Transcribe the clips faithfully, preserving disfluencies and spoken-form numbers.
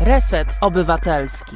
Reset Obywatelski.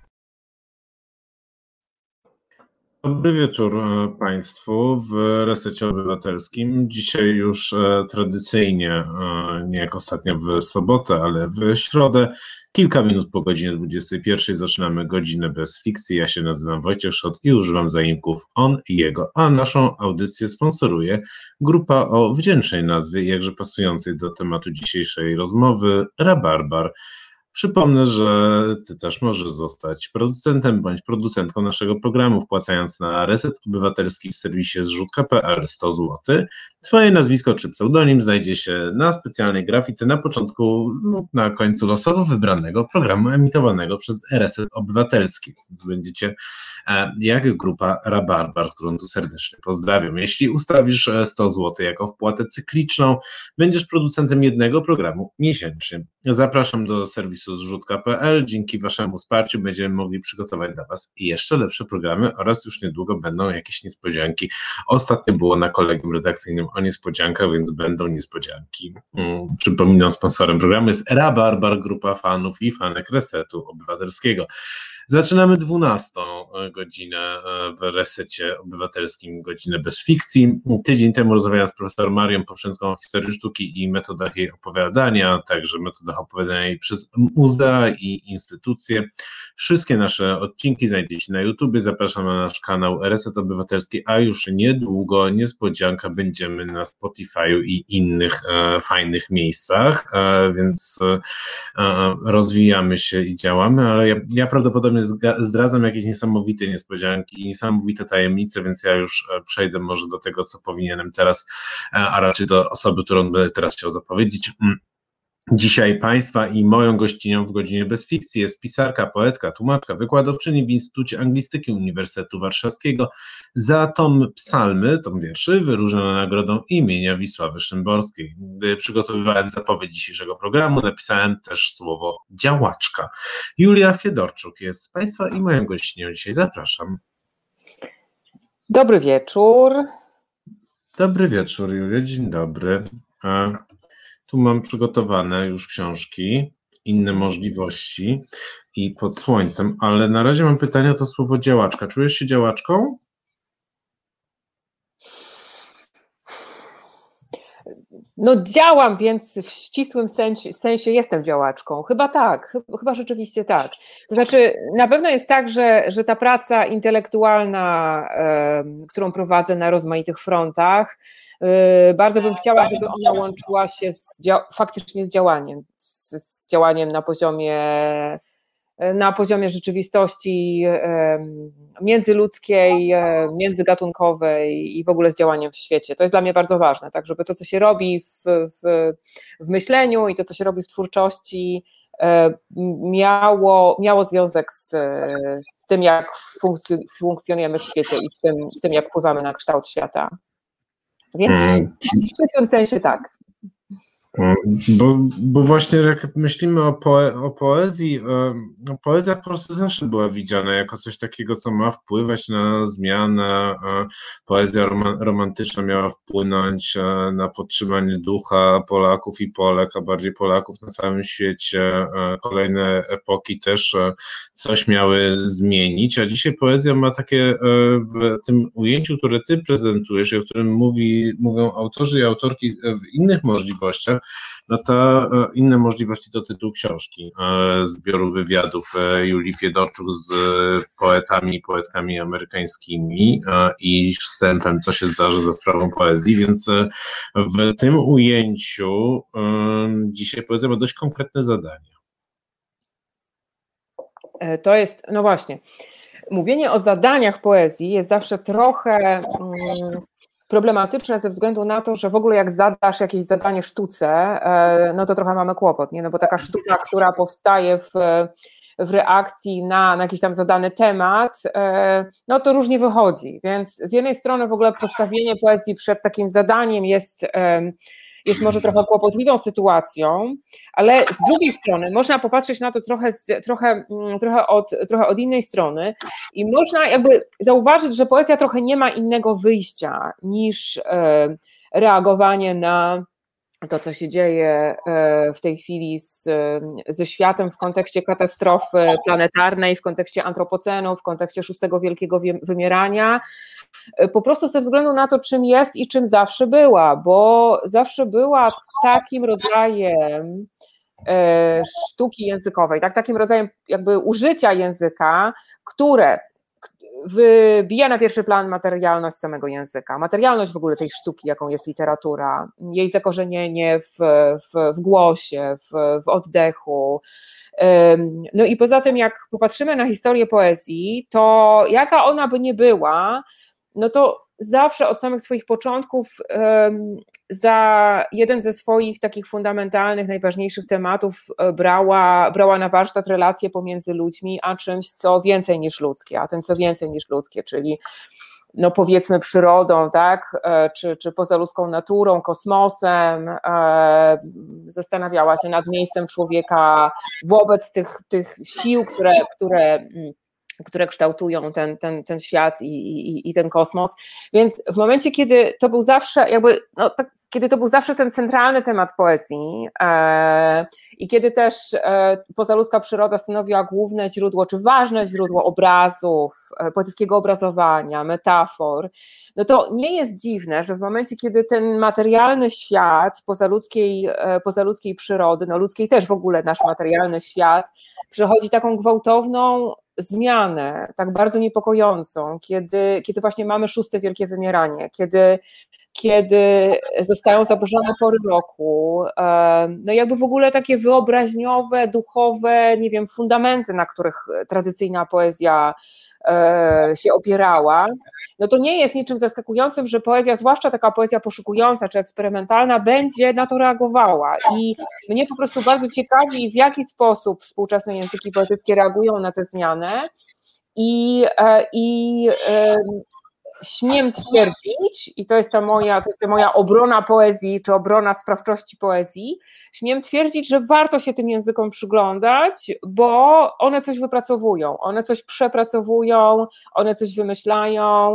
Dobry wieczór Państwu w Resecie Obywatelskim. Dzisiaj już tradycyjnie, nie jak ostatnio w sobotę, ale w środę, kilka minut po godzinie dwudziestej pierwszej zaczynamy godzinę bez fikcji. Ja się nazywam Wojciech Szot i używam zaimków on i jego, a naszą audycję sponsoruje grupa o wdzięcznej nazwie i jakże pasującej do tematu dzisiejszej rozmowy Rabarbar. Przypomnę, że Ty też możesz zostać producentem bądź producentką naszego programu, wpłacając na Reset Obywatelski w serwisie zrzutka kropka pe el sto złotych. Twoje nazwisko czy pseudonim znajdzie się na specjalnej grafice na początku lub na końcu losowo wybranego programu emitowanego przez Reset Obywatelski. Więc będziecie jak grupa Rabarbar, którą tu serdecznie pozdrawiam. Jeśli ustawisz sto złotych jako wpłatę cykliczną, będziesz producentem jednego programu miesięcznie. Zapraszam do serwisu zrzutka kropka pe el. Dzięki Waszemu wsparciu będziemy mogli przygotować dla Was jeszcze lepsze programy oraz już niedługo będą jakieś niespodzianki. Ostatnio było na kolegium redakcyjnym o niespodziankach, więc będą niespodzianki. Hmm. Przypominam, sponsorem programu jest Rabarbar, grupa fanów i fanek Resetu Obywatelskiego. Zaczynamy dwunastą godzinę w Resecie Obywatelskim, godzinę bez fikcji. Tydzień temu rozmawiałem z profesor Marią Poprzęcką o historii sztuki i metodach jej opowiadania, także metodach opowiadania jej przez muzea i instytucje. Wszystkie nasze odcinki znajdziecie na YouTubie, zapraszam na nasz kanał Reset Obywatelski, a już niedługo, niespodzianka, będziemy na Spotify'u i innych e, fajnych miejscach, e, więc e, rozwijamy się i działamy, ale ja, ja prawdopodobnie zdradzam jakieś niesamowite niespodzianki i niesamowite tajemnice, więc ja już przejdę może do tego, co powinienem teraz, a raczej do osoby, którą będę teraz chciał zapowiedzieć. Dzisiaj Państwa i moją gościnią w godzinie bez fikcji jest pisarka, poetka, tłumaczka, wykładowczyni w Instytucie Anglistyki Uniwersytetu Warszawskiego. Za tom Psalmy, tom wierszy, wyróżniona nagrodą imienia Wisławy Szymborskiej. Gdy przygotowywałem zapowiedź dzisiejszego programu, napisałem też słowo działaczka. Julia Fiedorczuk jest Państwa i moją gościnią dzisiaj. Zapraszam. Dobry wieczór. Dobry wieczór, Julia, dzień dobry. Tu mam przygotowane już książki, inne możliwości i pod słońcem, ale na razie mam pytanie o to słowo działaczka. Czujesz się działaczką? No działam, więc w ścisłym sensie, sensie jestem działaczką. Chyba tak, chyba rzeczywiście tak. To znaczy na pewno jest tak, że, że ta praca intelektualna, e, którą prowadzę na rozmaitych frontach, e, bardzo bym chciała, żeby ona łączyła się z dzia- faktycznie z działaniem, z, z działaniem na poziomie na poziomie rzeczywistości międzyludzkiej, międzygatunkowej i w ogóle z działaniem w świecie. To jest dla mnie bardzo ważne, tak, żeby to, co się robi w, w, w myśleniu i to, co się robi w twórczości, miało, miało związek z, z tym, jak funkcj- funkcjonujemy w świecie i z tym, z tym, jak wpływamy na kształt świata. Więc w tym sensie tak. Bo, bo właśnie jak myślimy o, poe, o poezji, no poezja w Polsce zawsze była widziana jako coś takiego, co ma wpływać na zmianę. Poezja romantyczna miała wpłynąć na podtrzymanie ducha Polaków i Polek, a bardziej Polaków na całym świecie. Kolejne epoki też coś miały zmienić, a dzisiaj poezja ma takie w tym ujęciu, które ty prezentujesz i o którym mówi, mówią autorzy i autorki w innych możliwościach. No to inne możliwości to tytuł książki, zbioru wywiadów Julii Fiedorczuk z poetami i poetkami amerykańskimi i wstępem, co się zdarzy za sprawą poezji, więc w tym ujęciu dzisiaj poezja ma dość konkretne zadanie. To jest, no właśnie, mówienie o zadaniach poezji jest zawsze trochę mm, problematyczne ze względu na to, że w ogóle jak zadasz jakieś zadanie sztuce, no to trochę mamy kłopot, nie? No bo taka sztuka, która powstaje w, w reakcji na, na jakiś tam zadany temat, no to różnie wychodzi, więc z jednej strony w ogóle postawienie poezji przed takim zadaniem jest, jest może trochę kłopotliwą sytuacją, ale z drugiej strony można popatrzeć na to trochę, trochę, trochę, od, trochę od innej strony i można jakby zauważyć, że poezja trochę nie ma innego wyjścia niż reagowanie na to, co się dzieje w tej chwili z, ze światem w kontekście katastrofy planetarnej, w kontekście antropocenu, w kontekście szóstego wielkiego wymierania, po prostu ze względu na to, czym jest i czym zawsze była, bo zawsze była takim rodzajem sztuki językowej, tak, takim rodzajem jakby użycia języka, które wybija na pierwszy plan materialność samego języka, materialność w ogóle tej sztuki, jaką jest literatura, jej zakorzenienie w, w, w głosie, w, w oddechu. No i poza tym, jak popatrzymy na historię poezji, to jaka ona by nie była, no to zawsze od samych swoich początków za jeden ze swoich takich fundamentalnych, najważniejszych tematów brała, brała na warsztat relacje pomiędzy ludźmi, a czymś, co więcej niż ludzkie, a tym, co więcej niż ludzkie, czyli no powiedzmy przyrodą, tak, czy, czy pozaludzką naturą, kosmosem, zastanawiała się nad miejscem człowieka wobec tych, tych sił, które, które które kształtują ten, ten, ten świat i, i, i ten kosmos, więc w momencie, kiedy to był zawsze jakby, no, tak, kiedy to był zawsze ten centralny temat poezji e, i kiedy też e, pozaludzka przyroda stanowiła główne źródło, czy ważne źródło obrazów, e, poetyckiego obrazowania, metafor, no to nie jest dziwne, że w momencie, kiedy ten materialny świat pozaludzkiej, e, pozaludzkiej przyrody, no ludzkiej też w ogóle nasz materialny świat, przechodzi taką gwałtowną zmianę, tak bardzo niepokojącą, kiedy, kiedy właśnie mamy szóste wielkie wymieranie, kiedy, kiedy zostają zaburzone pory roku, no jakby w ogóle takie wyobraźniowe, duchowe, nie wiem, fundamenty, na których tradycyjna poezja się opierała, no to nie jest niczym zaskakującym, że poezja, zwłaszcza taka poezja poszukująca czy eksperymentalna, będzie na to reagowała i mnie po prostu bardzo ciekawi, w jaki sposób współczesne języki poetyckie reagują na tę zmianę i, i śmiem twierdzić, i to jest ta moja, to jest ta moja obrona poezji, czy obrona sprawczości poezji, śmiem twierdzić, że warto się tym językom przyglądać, bo one coś wypracowują, one coś przepracowują, one coś wymyślają,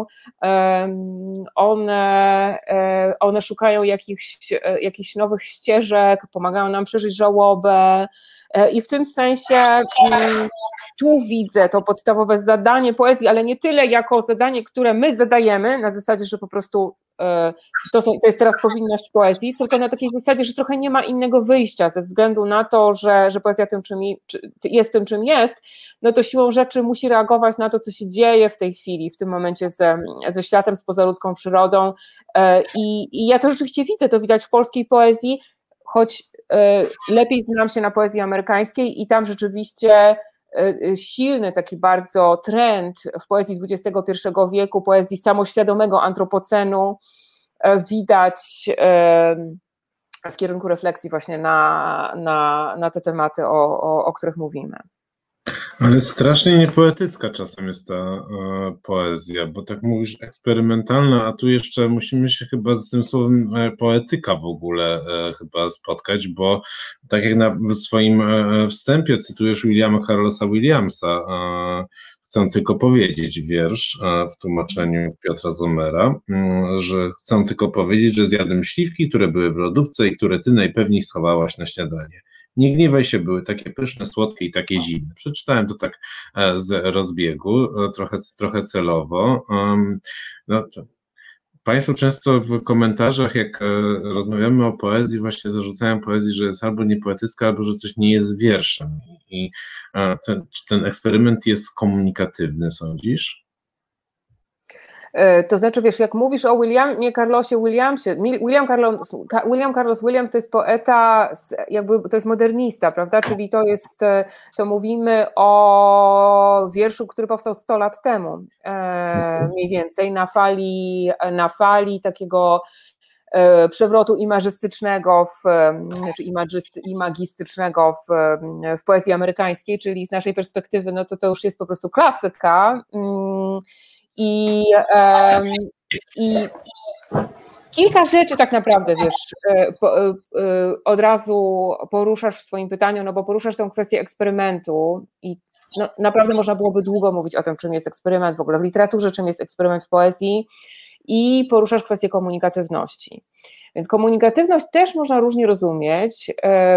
one, one szukają jakichś, jakichś nowych ścieżek, pomagają nam przeżyć żałobę i w tym sensie tu widzę to podstawowe zadanie poezji, ale nie tyle jako zadanie, które my zadajemy na zasadzie, że po prostu to, są, to jest teraz powinność poezji, tylko na takiej zasadzie, że trochę nie ma innego wyjścia ze względu na to, że, że poezja tym, czym jest tym, czym jest, no to siłą rzeczy musi reagować na to, co się dzieje w tej chwili, w tym momencie ze, ze światem, z pozaludzką przyrodą i, i ja to rzeczywiście widzę, to widać w polskiej poezji, choć lepiej znam się na poezji amerykańskiej i tam rzeczywiście silny taki bardzo trend w poezji dwudziestego pierwszego wieku, poezji samoświadomego antropocenu widać w kierunku refleksji właśnie na, na, na te tematy, o, o, o których mówimy. Ale strasznie niepoetycka czasem jest ta e, poezja, bo tak mówisz eksperymentalna, a tu jeszcze musimy się chyba z tym słowem e, poetyka w ogóle e, chyba spotkać, bo tak jak na, w swoim e, wstępie cytujesz Williama Carlosa Williamsa, e, chcę tylko powiedzieć wiersz e, w tłumaczeniu Piotra Zommera, m, że chcę tylko powiedzieć, że zjadłem śliwki, które były w lodówce i które ty najpewniej schowałaś na śniadanie. Nie gniewaj się, były takie pyszne, słodkie i takie zimne. Przeczytałem to tak z rozbiegu, trochę, trochę celowo. No, Państwo często w komentarzach, jak rozmawiamy o poezji, właśnie zarzucają poezji, że jest albo niepoetycka, albo że coś nie jest wierszem. I ten, ten eksperyment jest komunikatywny, sądzisz? To znaczy, wiesz, jak mówisz o Williamie Carlosie Williamsie, William Carlos, William Carlos Williams to jest poeta, jakby to jest modernista, prawda, czyli to jest, to mówimy o wierszu, który powstał sto lat temu, mniej więcej, na fali, na fali takiego przewrotu imażystycznego, w, czy imagistycznego w, w poezji amerykańskiej, czyli z naszej perspektywy, no to to już jest po prostu klasyka. I, um, I kilka rzeczy tak naprawdę, wiesz, po, od razu poruszasz w swoim pytaniu, no bo poruszasz tę kwestię eksperymentu i no, naprawdę można byłoby długo mówić o tym, czym jest eksperyment w ogóle w literaturze, czym jest eksperyment w poezji i poruszasz kwestię komunikatywności. Więc komunikatywność też można różnie rozumieć,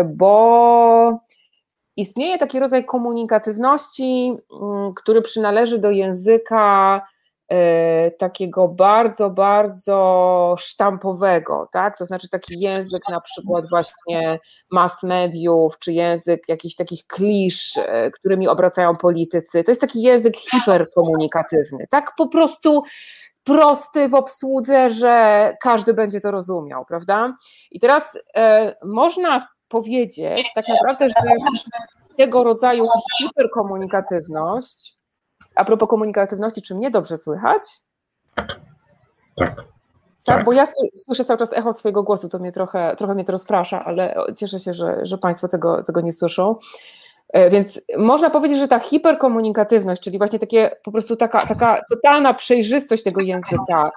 bo istnieje taki rodzaj komunikatywności, który przynależy do języka takiego bardzo, bardzo sztampowego, tak? To znaczy taki język na przykład właśnie mass mediów, czy język jakichś takich klisz, którymi obracają politycy. To jest taki język hiperkomunikatywny, tak po prostu prosty w obsłudze, że każdy będzie to rozumiał, prawda? I teraz e, można powiedzieć tak naprawdę, że tego rodzaju hiperkomunikatywność, a propos komunikatywności, czy mnie dobrze słychać? Tak. Tak. Tak, bo ja słyszę cały czas echo swojego głosu, to mnie trochę, trochę mnie to rozprasza, ale cieszę się, że, że Państwo tego, tego nie słyszą. Więc można powiedzieć, że ta hiperkomunikatywność, czyli właśnie takie po prostu taka, taka totalna przejrzystość tego języka,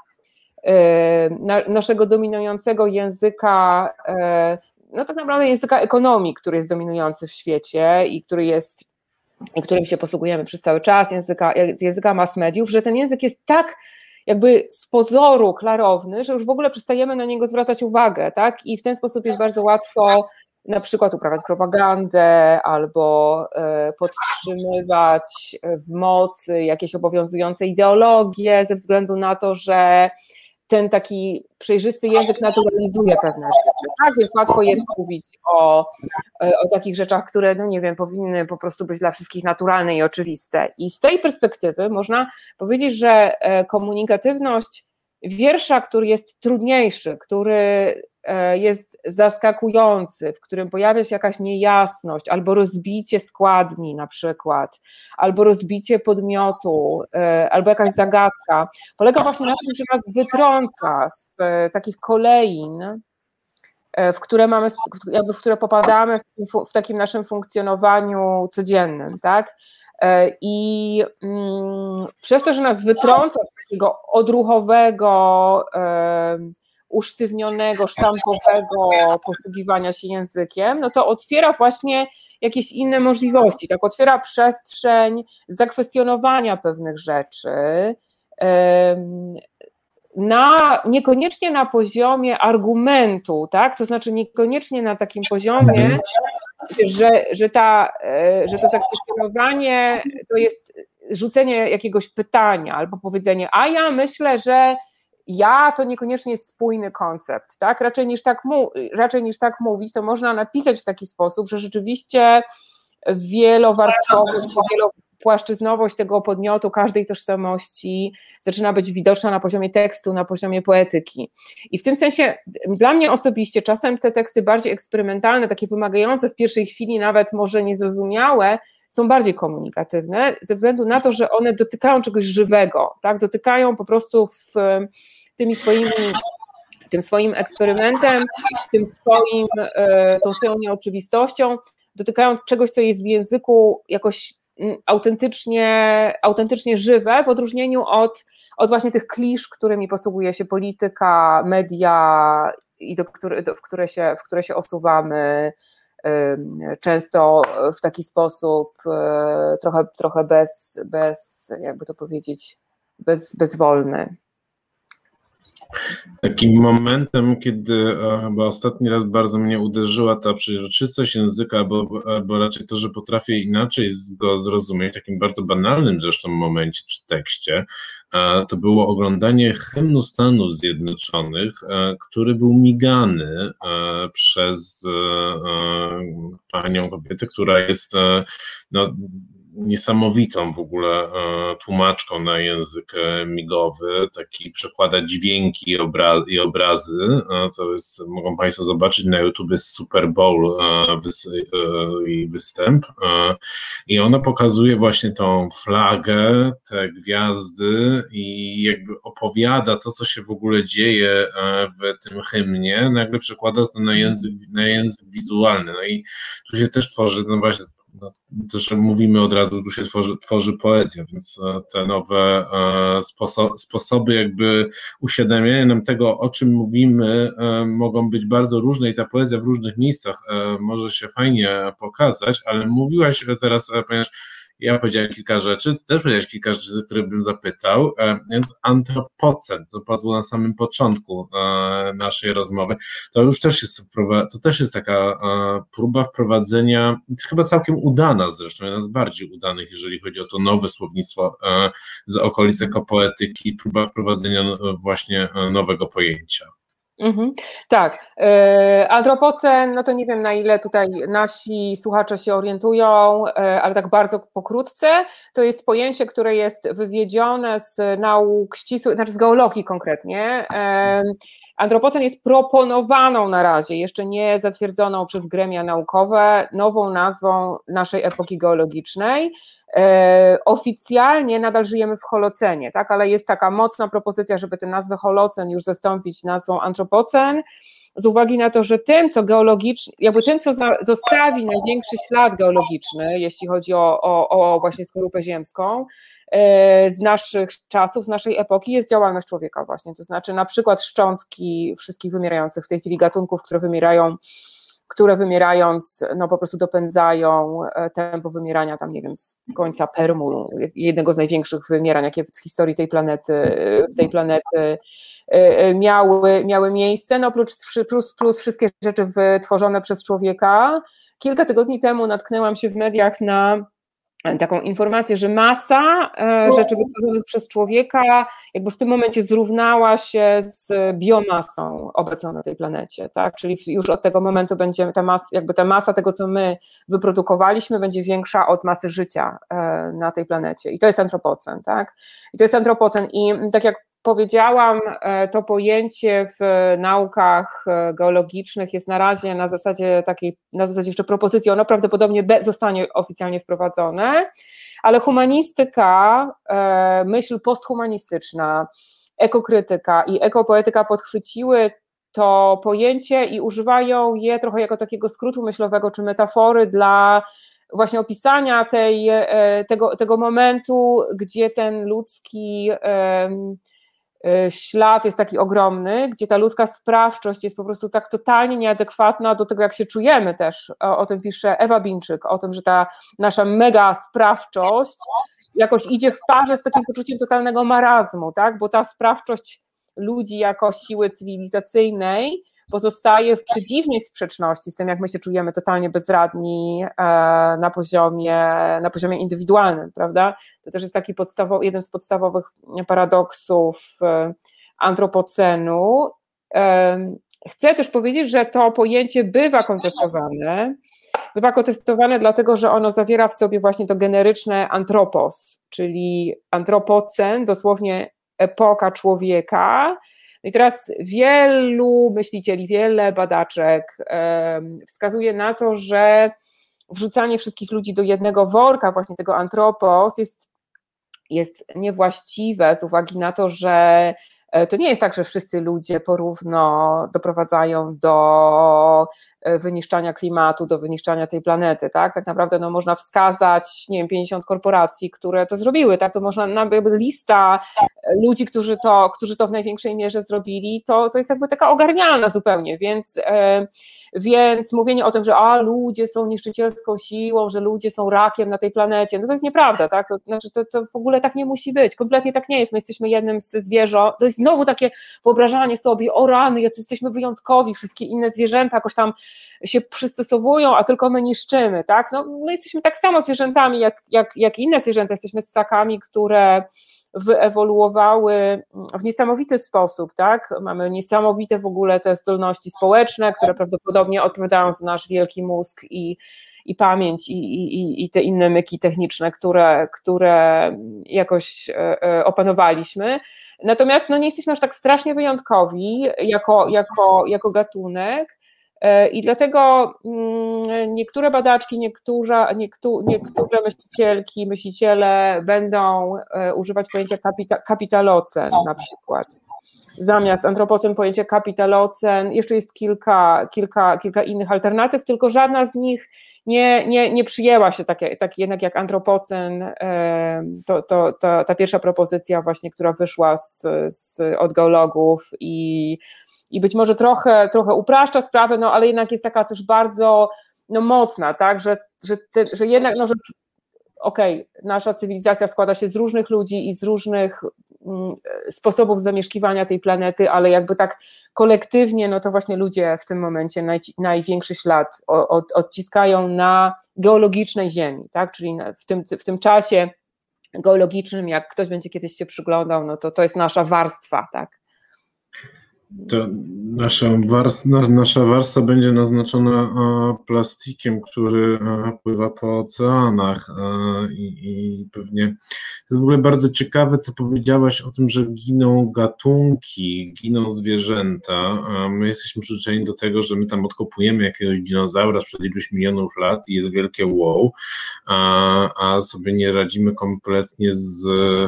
naszego dominującego języka, no tak naprawdę języka ekonomii, który jest dominujący w świecie i który jest, i którym się posługujemy przez cały czas, języka, języka mass mediów, że ten język jest tak jakby z pozoru klarowny, że już w ogóle przestajemy na niego zwracać uwagę, tak? I w ten sposób jest bardzo łatwo na przykład uprawiać propagandę albo podtrzymywać w mocy jakieś obowiązujące ideologie ze względu na to, że ten taki przejrzysty język naturalizuje pewne rzeczy, tak? Więc łatwo jest mówić o, o takich rzeczach, które, no nie wiem, powinny po prostu być dla wszystkich naturalne i oczywiste. I z tej perspektywy można powiedzieć, że komunikatywność wiersza, który jest trudniejszy, który jest zaskakujący, w którym pojawia się jakaś niejasność, albo rozbicie składni na przykład, albo rozbicie podmiotu, albo jakaś zagadka, polega właśnie na tym, że nas wytrąca z takich kolejn, w które mamy, jakby w które popadamy w, w takim naszym funkcjonowaniu codziennym, tak? I mm, przez to, że nas wytrąca z takiego odruchowego, usztywnionego, sztampowego posługiwania się językiem, no to otwiera właśnie jakieś inne możliwości, tak otwiera przestrzeń zakwestionowania pewnych rzeczy, na, niekoniecznie na poziomie argumentu, tak, to znaczy niekoniecznie na takim poziomie, że, że, ta, że to zakwestionowanie to jest rzucenie jakiegoś pytania albo powiedzenie, a ja myślę, że ja to niekoniecznie jest spójny koncept, tak? Raczej niż tak, mu, raczej niż tak mówić, to można napisać w taki sposób, że rzeczywiście wielowarstwowość, wielopłaszczyznowość tego podmiotu, każdej tożsamości zaczyna być widoczna na poziomie tekstu, na poziomie poetyki. I w tym sensie dla mnie osobiście czasem te teksty bardziej eksperymentalne, takie wymagające w pierwszej chwili nawet może niezrozumiałe, są bardziej komunikatywne, ze względu na to, że one dotykają czegoś żywego, tak? Dotykają po prostu w tymi swoimi, tym swoim eksperymentem, tym swoim, tą swoją nieoczywistością, dotykają czegoś, co jest w języku jakoś autentycznie, autentycznie żywe, w odróżnieniu od, od właśnie tych klisz, którymi posługuje się polityka, media i do, w, które się, w które się osuwamy, często w taki sposób trochę, trochę bez, bez, jakby to powiedzieć, bez, bezwolny. Takim momentem, kiedy chyba ostatni raz bardzo mnie uderzyła ta przejrzystość języka, albo, albo raczej to, że potrafię inaczej go zrozumieć, w takim bardzo banalnym zresztą momencie czy tekście, to było oglądanie hymnu Stanów Zjednoczonych, który był migany przez panią kobietę, która jest no, niesamowitą w ogóle tłumaczką na język migowy, taki przekłada dźwięki i, obra- i obrazy, to jest, mogą Państwo zobaczyć na YouTube, jest Super Bowl i występ i ona pokazuje właśnie tą flagę, te gwiazdy i jakby opowiada to, co się w ogóle dzieje w tym hymnie, nagle przekłada to na język, na język wizualny, no i tu się też tworzy, no właśnie, no, też mówimy od razu, tu się tworzy, tworzy poezja, więc te nowe sposo- sposoby jakby uświadamiania nam tego, o czym mówimy, mogą być bardzo różne i ta poezja w różnych miejscach może się fajnie pokazać, ale mówiłaś teraz, ponieważ Ja powiedziałem kilka rzeczy, ty też powiedziałeś kilka rzeczy, które bym zapytał, więc antropocen, to padło na samym początku naszej rozmowy, to już też jest, to też jest taka próba wprowadzenia, chyba całkiem udana zresztą, jedna z bardziej udanych, jeżeli chodzi o to nowe słownictwo z okolic ekopoetyki, próba wprowadzenia właśnie nowego pojęcia. Mhm, tak, e, antropocen, no to nie wiem, na ile tutaj nasi słuchacze się orientują, e, ale tak bardzo pokrótce, to jest pojęcie, które jest wywiedzione z nauk ścisłych, znaczy z geologii konkretnie. E, antropocen jest proponowaną na razie, jeszcze nie zatwierdzoną przez gremia naukowe, nową nazwą naszej epoki geologicznej. E, oficjalnie nadal żyjemy w holocenie, tak, ale jest taka mocna propozycja, żeby tę nazwę holocen już zastąpić nazwą antropocen, z uwagi na to, że tym, co geologicznie, jakby tym, co za, zostawi największy ślad geologiczny, jeśli chodzi o, o, o właśnie skorupę ziemską, e, z naszych czasów, z naszej epoki, jest działalność człowieka właśnie, to znaczy na przykład szczątki wszystkich wymierających w tej chwili gatunków, które wymierają, które wymierając, no po prostu dopędzają tempo wymierania tam, nie wiem, z końca Permu, jednego z największych wymierań, jakie w historii tej planety, tej planety miały, miały miejsce, no plus, plus, plus wszystkie rzeczy wytworzone przez człowieka. Kilka tygodni temu natknęłam się w mediach na taką informację, że masa rzeczy wytworzonych przez człowieka jakby w tym momencie zrównała się z biomasą obecną na tej planecie, tak? Czyli już od tego momentu będzie ta masa, jakby ta masa tego, co my wyprodukowaliśmy, będzie większa od masy życia na tej planecie i to jest antropocen, tak? I to jest antropocen i tak jak powiedziałam, to pojęcie w naukach geologicznych jest na razie na zasadzie takiej, na zasadzie jeszcze propozycji, ono prawdopodobnie zostanie oficjalnie wprowadzone, ale humanistyka, myśl posthumanistyczna, ekokrytyka i ekopoetyka podchwyciły to pojęcie i używają je trochę jako takiego skrótu myślowego czy metafory dla właśnie opisania tej, tego, tego momentu, gdzie ten ludzki ślad jest taki ogromny, gdzie ta ludzka sprawczość jest po prostu tak totalnie nieadekwatna do tego, jak się czujemy też. O, o tym pisze Ewa Bińczyk, o tym, że ta nasza mega sprawczość jakoś idzie w parze z takim poczuciem totalnego marazmu, tak? Bo ta sprawczość ludzi jako siły cywilizacyjnej pozostaje w przedziwnej sprzeczności z tym, jak my się czujemy totalnie bezradni na poziomie, na poziomie indywidualnym, prawda? To też jest taki podstawowy, jeden z podstawowych paradoksów antropocenu. Chcę też powiedzieć, że to pojęcie bywa kontestowane, bywa kontestowane dlatego, że ono zawiera w sobie właśnie to generyczne antropos, czyli antropocen, dosłownie epoka człowieka. I teraz wielu myślicieli, wiele badaczek wskazuje na to, że wrzucanie wszystkich ludzi do jednego worka, właśnie tego antropos, jest, jest niewłaściwe z uwagi na to, że to nie jest tak, że wszyscy ludzie porówno doprowadzają do wyniszczania klimatu, do wyniszczania tej planety, tak? Tak naprawdę no, można wskazać, nie wiem, pięćdziesiąt korporacji, które to zrobiły, tak? To można, jakby lista ludzi, którzy to, którzy to w największej mierze zrobili, to, to jest jakby taka ogarnialna zupełnie, więc, e, więc mówienie o tym, że a, ludzie są niszczycielską siłą, że ludzie są rakiem na tej planecie, no to jest nieprawda, tak? To znaczy to, to w ogóle tak nie musi być, kompletnie tak nie jest, my jesteśmy jednym z zwierząt, to jest znowu takie wyobrażanie sobie, o rany, jacy jesteśmy wyjątkowi, wszystkie inne zwierzęta jakoś tam się przystosowują, a tylko my niszczymy, tak? No, my jesteśmy tak samo zwierzętami, jak, jak, jak inne zwierzęta, jesteśmy ssakami, które wyewoluowały w niesamowity sposób, tak? Mamy niesamowite w ogóle te zdolności społeczne, które prawdopodobnie odpowiadają za nasz wielki mózg i, i pamięć i, i, i te inne myki techniczne, które, które jakoś opanowaliśmy. Natomiast no, nie jesteśmy aż tak strasznie wyjątkowi jako, jako, jako gatunek. I dlatego niektóre badaczki, niektóre, niektóre myślicielki, myśliciele będą używać pojęcia kapita, kapitalocen na przykład. Zamiast antropocen pojęcie kapitalocen, jeszcze jest kilka, kilka, kilka innych alternatyw, tylko żadna z nich nie, nie, nie przyjęła się tak, tak jednak jak antropocen, to, to, to, ta pierwsza propozycja właśnie, która wyszła z, z, od geologów i I być może trochę, trochę upraszcza sprawę, no ale jednak jest taka też bardzo no, mocna, tak, że, że, te, że jednak no, że okej, okay, nasza cywilizacja składa się z różnych ludzi i z różnych mm, sposobów zamieszkiwania tej planety, ale jakby tak kolektywnie, no to właśnie ludzie w tym momencie naj, największy ślad od, odciskają na geologicznej Ziemi, tak? Czyli w tym, w tym czasie geologicznym, jak ktoś będzie kiedyś się przyglądał, no to to jest nasza warstwa, tak? To nasza warstwa, nasza warstwa będzie naznaczona plastikiem, który pływa po oceanach i, i pewnie to jest w ogóle bardzo ciekawe, co powiedziałaś o tym, że giną gatunki, giną zwierzęta. My jesteśmy przyzwyczajeni do tego, że my tam odkopujemy jakiegoś dinozaura sprzed iluś milionów lat i jest wielkie wow, a, a sobie nie radzimy kompletnie z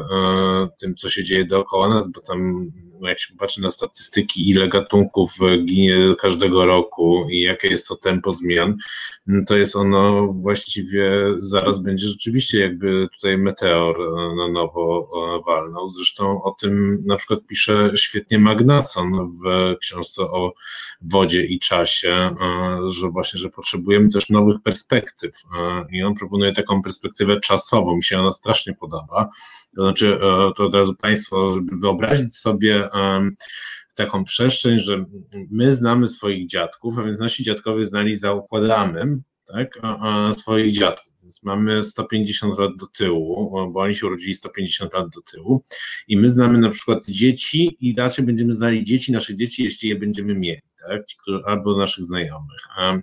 tym, co się dzieje dookoła nas, bo tam jak się patrzy na statystyki, ile gatunków ginie każdego roku i jakie jest to tempo zmian, to jest ono właściwie, zaraz będzie rzeczywiście jakby tutaj meteor na nowo walnął. Zresztą o tym na przykład pisze świetnie Magnason w książce o wodzie i czasie, że właśnie, że potrzebujemy też nowych perspektyw i on proponuje taką perspektywę czasową, mi się ona strasznie podoba. To znaczy, to od razu Państwo, żeby wyobrazić sobie taką przestrzeń, że my znamy swoich dziadków, a więc nasi dziadkowie znali za układamy, tak, swoich dziadków. Więc mamy sto pięćdziesiąt lat do tyłu, bo oni się urodzili sto pięćdziesiąt lat do tyłu i my znamy na przykład dzieci i raczej będziemy znali dzieci naszych dzieci, jeśli je będziemy mieli, tak, Ci, którzy, albo naszych znajomych,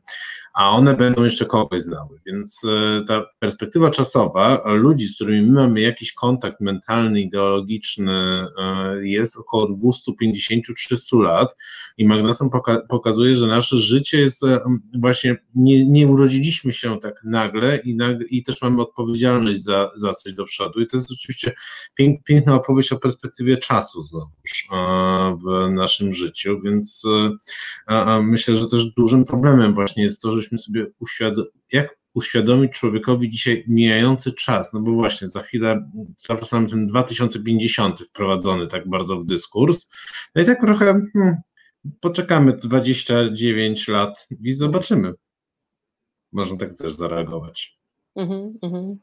a one będą jeszcze kogoś znały, więc ta perspektywa czasowa ludzi, z którymi my mamy jakiś kontakt mentalny, ideologiczny, jest około dwieście pięćdziesiąt do trzystu lat i Magnason poka- pokazuje, że nasze życie jest właśnie, nie, nie urodziliśmy się tak nagle i, nagle, i też mamy odpowiedzialność za, za coś do przodu i to jest oczywiście pięk, piękna opowieść o perspektywie czasu znowuż w naszym życiu, więc myślę, że też dużym problemem właśnie jest to, żebyśmy sobie uświadomili, jak uświadomić człowiekowi dzisiaj mijający czas, no bo właśnie za chwilę cały czas mamy ten dwa tysiące pięćdziesiąty wprowadzony tak bardzo w dyskurs, no i tak trochę hmm, poczekamy dwadzieścia dziewięć lat i zobaczymy. Można tak też zareagować. Mhm, mhm.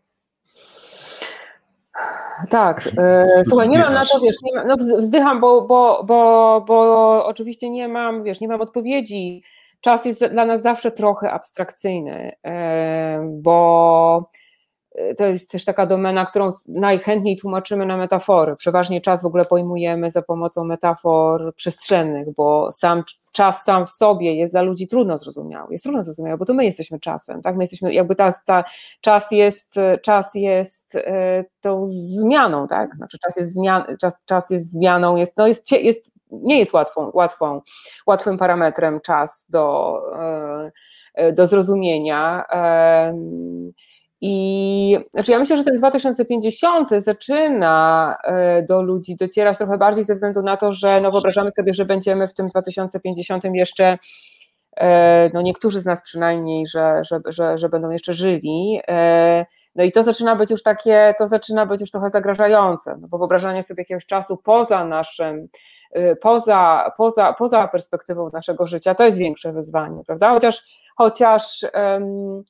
Tak, e, słuchaj, nie mam na to, wiesz, nie ma, no wzdycham, bo, bo, bo, bo oczywiście nie mam, wiesz, nie mam odpowiedzi. Czas jest dla nas zawsze trochę abstrakcyjny, e, bo to jest też taka domena, którą najchętniej tłumaczymy na metafory. Przeważnie czas w ogóle pojmujemy za pomocą metafor przestrzennych, bo sam czas sam w sobie jest dla ludzi trudno zrozumiały. Jest trudno zrozumiały, bo to my jesteśmy czasem, tak? My jesteśmy, jakby ta, ta czas jest, czas jest e, tą zmianą, tak? Znaczy czas jest zmian, czas, czas jest zmianą, jest, no jest, jest, nie jest łatwą, łatwą, łatwym parametrem czas do, e, do zrozumienia. E, I znaczy ja myślę, że ten dwa tysiące pięćdziesiąty zaczyna do ludzi docierać trochę bardziej ze względu na to, że no wyobrażamy sobie, że będziemy w tym dwa tysiące pięćdziesiątym jeszcze, no niektórzy z nas przynajmniej, że, że, że, że będą jeszcze żyli. No i to zaczyna być już takie, to zaczyna być już trochę zagrażające, no bo wyobrażanie sobie jakiegoś czasu poza naszym, poza, poza, poza perspektywą naszego życia, to jest większe wyzwanie, prawda? Chociaż, chociaż um,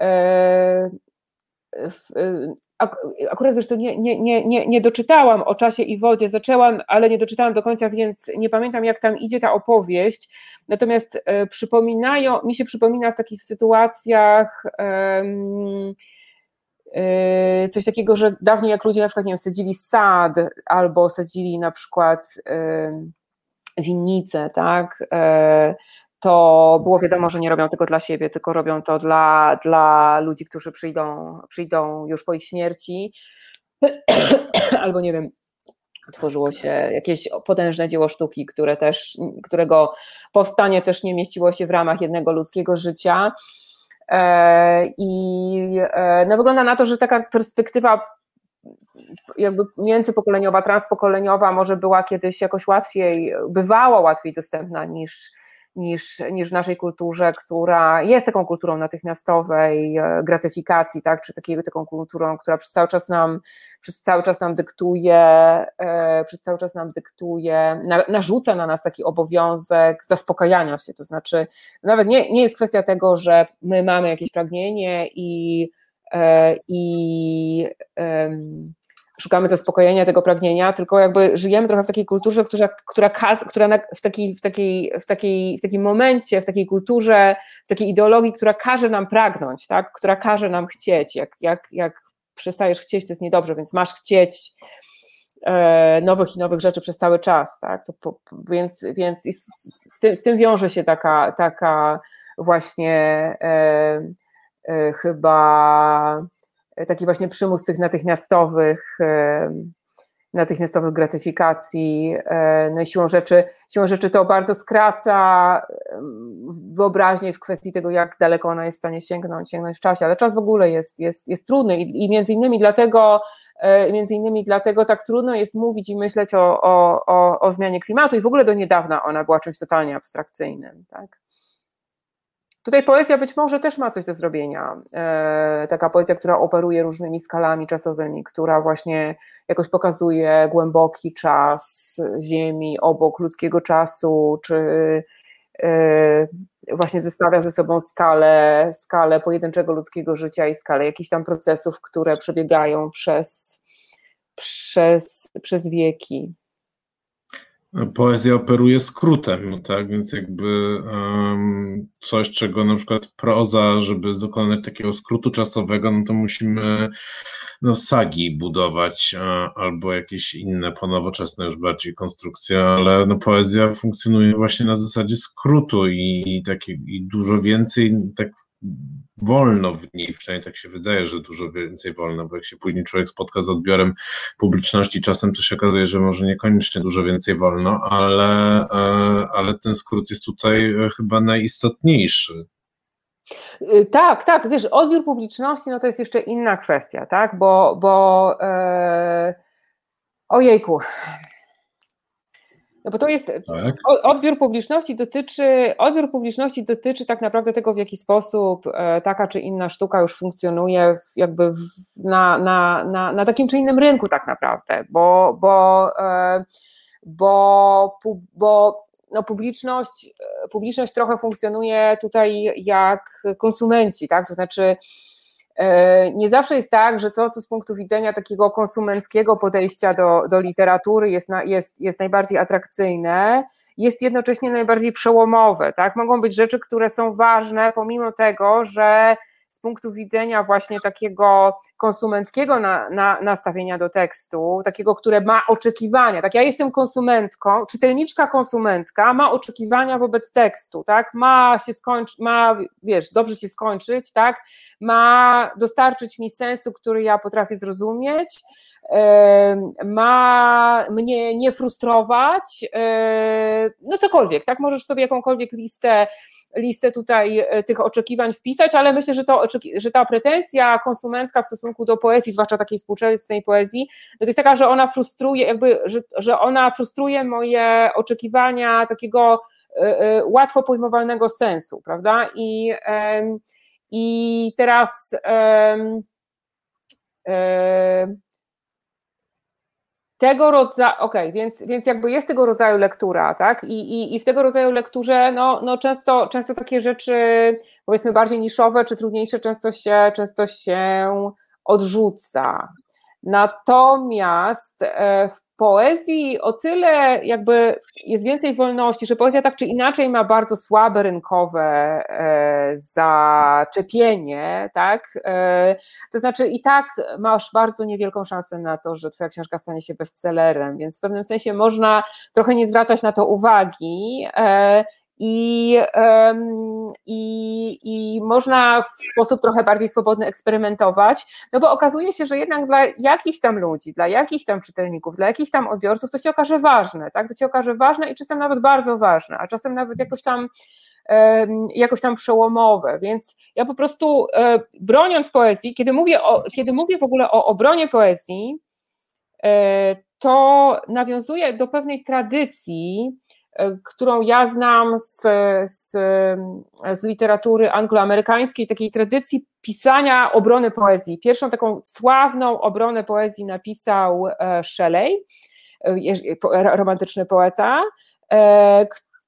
akurat wiesz, to nie, nie, nie, nie, nie doczytałam o czasie i wodzie, zaczęłam, ale nie doczytałam do końca, więc nie pamiętam, jak tam idzie ta opowieść, natomiast przypominają, mi się przypomina w takich sytuacjach um, coś takiego, że dawniej jak ludzie na przykład, nie wiem, sadzili sad albo sadzili na przykład um, winnice, tak, to było wiadomo, że nie robią tego dla siebie, tylko robią to dla, dla ludzi, którzy przyjdą, przyjdą już po ich śmierci, albo nie wiem, tworzyło się jakieś potężne dzieło sztuki, które też, którego powstanie też nie mieściło się w ramach jednego ludzkiego życia. I no, wygląda na to, że taka perspektywa jakby międzypokoleniowa, transpokoleniowa może była kiedyś jakoś łatwiej, bywała łatwiej dostępna niż Niż, niż w naszej kulturze, która jest taką kulturą natychmiastowej gratyfikacji, tak, czy takiej, taką kulturą, która przez cały czas nam, przez cały czas nam dyktuje, e, przez cały czas nam dyktuje, na, narzuca na nas taki obowiązek zaspokajania się, to znaczy nawet nie, nie jest kwestia tego, że my mamy jakieś pragnienie i i szukamy zaspokojenia tego pragnienia, tylko jakby żyjemy trochę w takiej kulturze, która, która, kaz, która na, w, takiej, w, takiej, w, takiej, w takim momencie, w takiej kulturze, w takiej ideologii, która każe nam pragnąć, tak? Która każe nam chcieć. Jak, jak, jak przestajesz chcieć, to jest niedobrze, więc masz chcieć e, nowych i nowych rzeczy przez cały czas, tak? To po, więc więc z, z, tym, z tym wiąże się taka, taka właśnie e, e, chyba taki właśnie przymus tych natychmiastowych, natychmiastowych gratyfikacji. No i siłą rzeczy, siłą rzeczy to bardzo skraca wyobraźnię w kwestii tego, jak daleko ona jest w stanie sięgnąć, sięgnąć w czasie, ale czas w ogóle jest, jest, jest trudny i, i między innymi dlatego między innymi dlatego tak trudno jest mówić i myśleć o, o, o, o zmianie klimatu i w ogóle do niedawna ona była czymś totalnie abstrakcyjnym, tak? Tutaj poezja być może też ma coś do zrobienia, e, taka poezja, która operuje różnymi skalami czasowymi, która właśnie jakoś pokazuje głęboki czas Ziemi obok ludzkiego czasu, czy e, właśnie zestawia ze sobą skalę, skalę pojedynczego ludzkiego życia i skalę jakichś tam procesów, które przebiegają przez, przez, przez wieki. Poezja operuje skrótem, no tak, więc jakby um, coś, czego na przykład proza, żeby dokonać takiego skrótu czasowego, no to musimy no, sagi budować a, albo jakieś inne, ponowoczesne już bardziej konstrukcje, ale no, poezja funkcjonuje właśnie na zasadzie skrótu i, i, takie, i dużo więcej tak wolno w niej, przynajmniej tak się wydaje, że dużo więcej wolno, bo jak się później człowiek spotka z odbiorem publiczności, czasem to się okazuje, że może niekoniecznie dużo więcej wolno, ale, ale ten skrót jest tutaj chyba najistotniejszy. Tak, tak, wiesz, odbiór publiczności, no to jest jeszcze inna kwestia, tak, bo, bo e... ojejku, no bo to jest, tak. odbiór publiczności dotyczy, odbiór publiczności dotyczy tak naprawdę tego, w jaki sposób taka czy inna sztuka już funkcjonuje jakby w, na, na, na, na takim czy innym rynku tak naprawdę, bo, bo, bo, bo no publiczność, publiczność trochę funkcjonuje tutaj jak konsumenci, tak, to znaczy nie zawsze jest tak, że to, co z punktu widzenia takiego konsumenckiego podejścia do, do literatury jest, na, jest, jest najbardziej atrakcyjne, jest jednocześnie najbardziej przełomowe, tak? Mogą być rzeczy, które są ważne, pomimo tego, że z punktu widzenia właśnie takiego konsumenckiego na, na, nastawienia do tekstu, takiego, które ma oczekiwania, tak, ja jestem konsumentką, czytelniczka konsumentka ma oczekiwania wobec tekstu, tak, ma się skończyć, ma, wiesz, dobrze się skończyć, tak, ma dostarczyć mi sensu, który ja potrafię zrozumieć, ma mnie nie frustrować, no cokolwiek, tak, możesz sobie jakąkolwiek listę listę tutaj tych oczekiwań wpisać, ale myślę, że, to, że ta pretensja konsumencka w stosunku do poezji, zwłaszcza takiej współczesnej poezji, to jest taka, że ona frustruje, jakby, że, że ona frustruje moje oczekiwania takiego łatwo pojmowalnego sensu, prawda? I, i teraz tego rodzaju, okej, okay, więc, więc jakby jest tego rodzaju lektura, tak, i, i, i w tego rodzaju lekturze, no, no często, często takie rzeczy, powiedzmy bardziej niszowe czy trudniejsze, często się, często się odrzuca. Natomiast w poezji o tyle jakby jest więcej wolności, że poezja tak czy inaczej ma bardzo słabe rynkowe zaczepienie, tak, to znaczy i tak masz bardzo niewielką szansę na to, że twoja książka stanie się bestsellerem, więc w pewnym sensie można trochę nie zwracać na to uwagi i, i, i można w sposób trochę bardziej swobodny eksperymentować, no bo okazuje się, że jednak dla jakichś tam ludzi, dla jakichś tam czytelników, dla jakichś tam odbiorców to się okaże ważne, tak, to się okaże ważne i czasem nawet bardzo ważne, a czasem nawet jakoś tam jakoś tam przełomowe, więc ja po prostu broniąc poezji, kiedy mówię, o, kiedy mówię w ogóle o obronie poezji, to nawiązuję do pewnej tradycji, którą ja znam z, z, z literatury angloamerykańskiej, takiej tradycji pisania obrony poezji. Pierwszą taką sławną obronę poezji napisał Shelley, romantyczny poeta,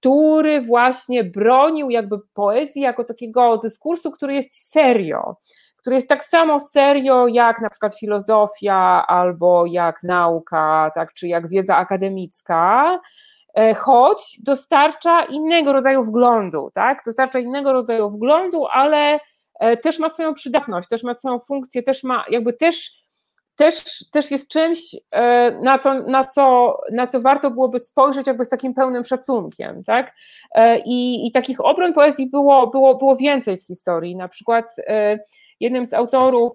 który właśnie bronił jakby poezji jako takiego dyskursu, który jest serio, który jest tak samo serio jak na przykład filozofia albo jak nauka, tak, czy jak wiedza akademicka, choć dostarcza innego rodzaju wglądu, tak, dostarcza innego rodzaju wglądu, ale też ma swoją przydatność, też ma swoją funkcję, też ma jakby też Też, też jest czymś, na co, na, co, na co warto byłoby spojrzeć jakby z takim pełnym szacunkiem, tak? I, i takich obron poezji było, było, było więcej w historii. Na przykład jednym z autorów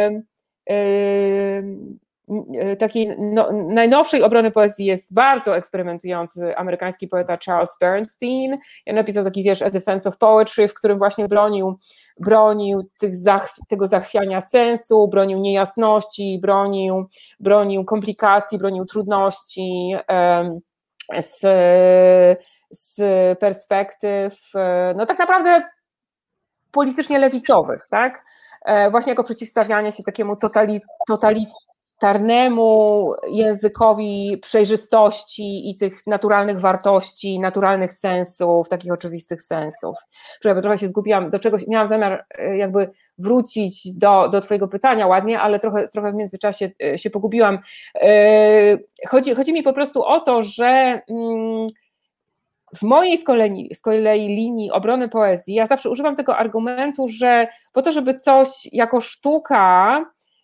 takiej no, najnowszej obrony poezji jest bardzo eksperymentujący amerykański poeta Charles Bernstein. Ja napisał taki wiersz A Defense of Poetry, w którym właśnie bronił, bronił tych zachw tego zachwiania sensu, bronił niejasności, bronił, bronił komplikacji, bronił trudności um, z, z perspektyw no tak naprawdę politycznie lewicowych, tak? Właśnie jako przeciwstawianie się takiemu totali, totalitarnemu językowi przejrzystości i tych naturalnych wartości, naturalnych sensów, takich oczywistych sensów. Przepraszam, trochę się zgubiłam, do czegoś miałam zamiar jakby wrócić do, do twojego pytania ładnie, ale trochę, trochę w międzyczasie się pogubiłam. Chodzi, chodzi mi po prostu o to, że w mojej z kolei, z kolei linii obrony poezji ja zawsze używam tego argumentu, że po to, żeby coś jako sztuka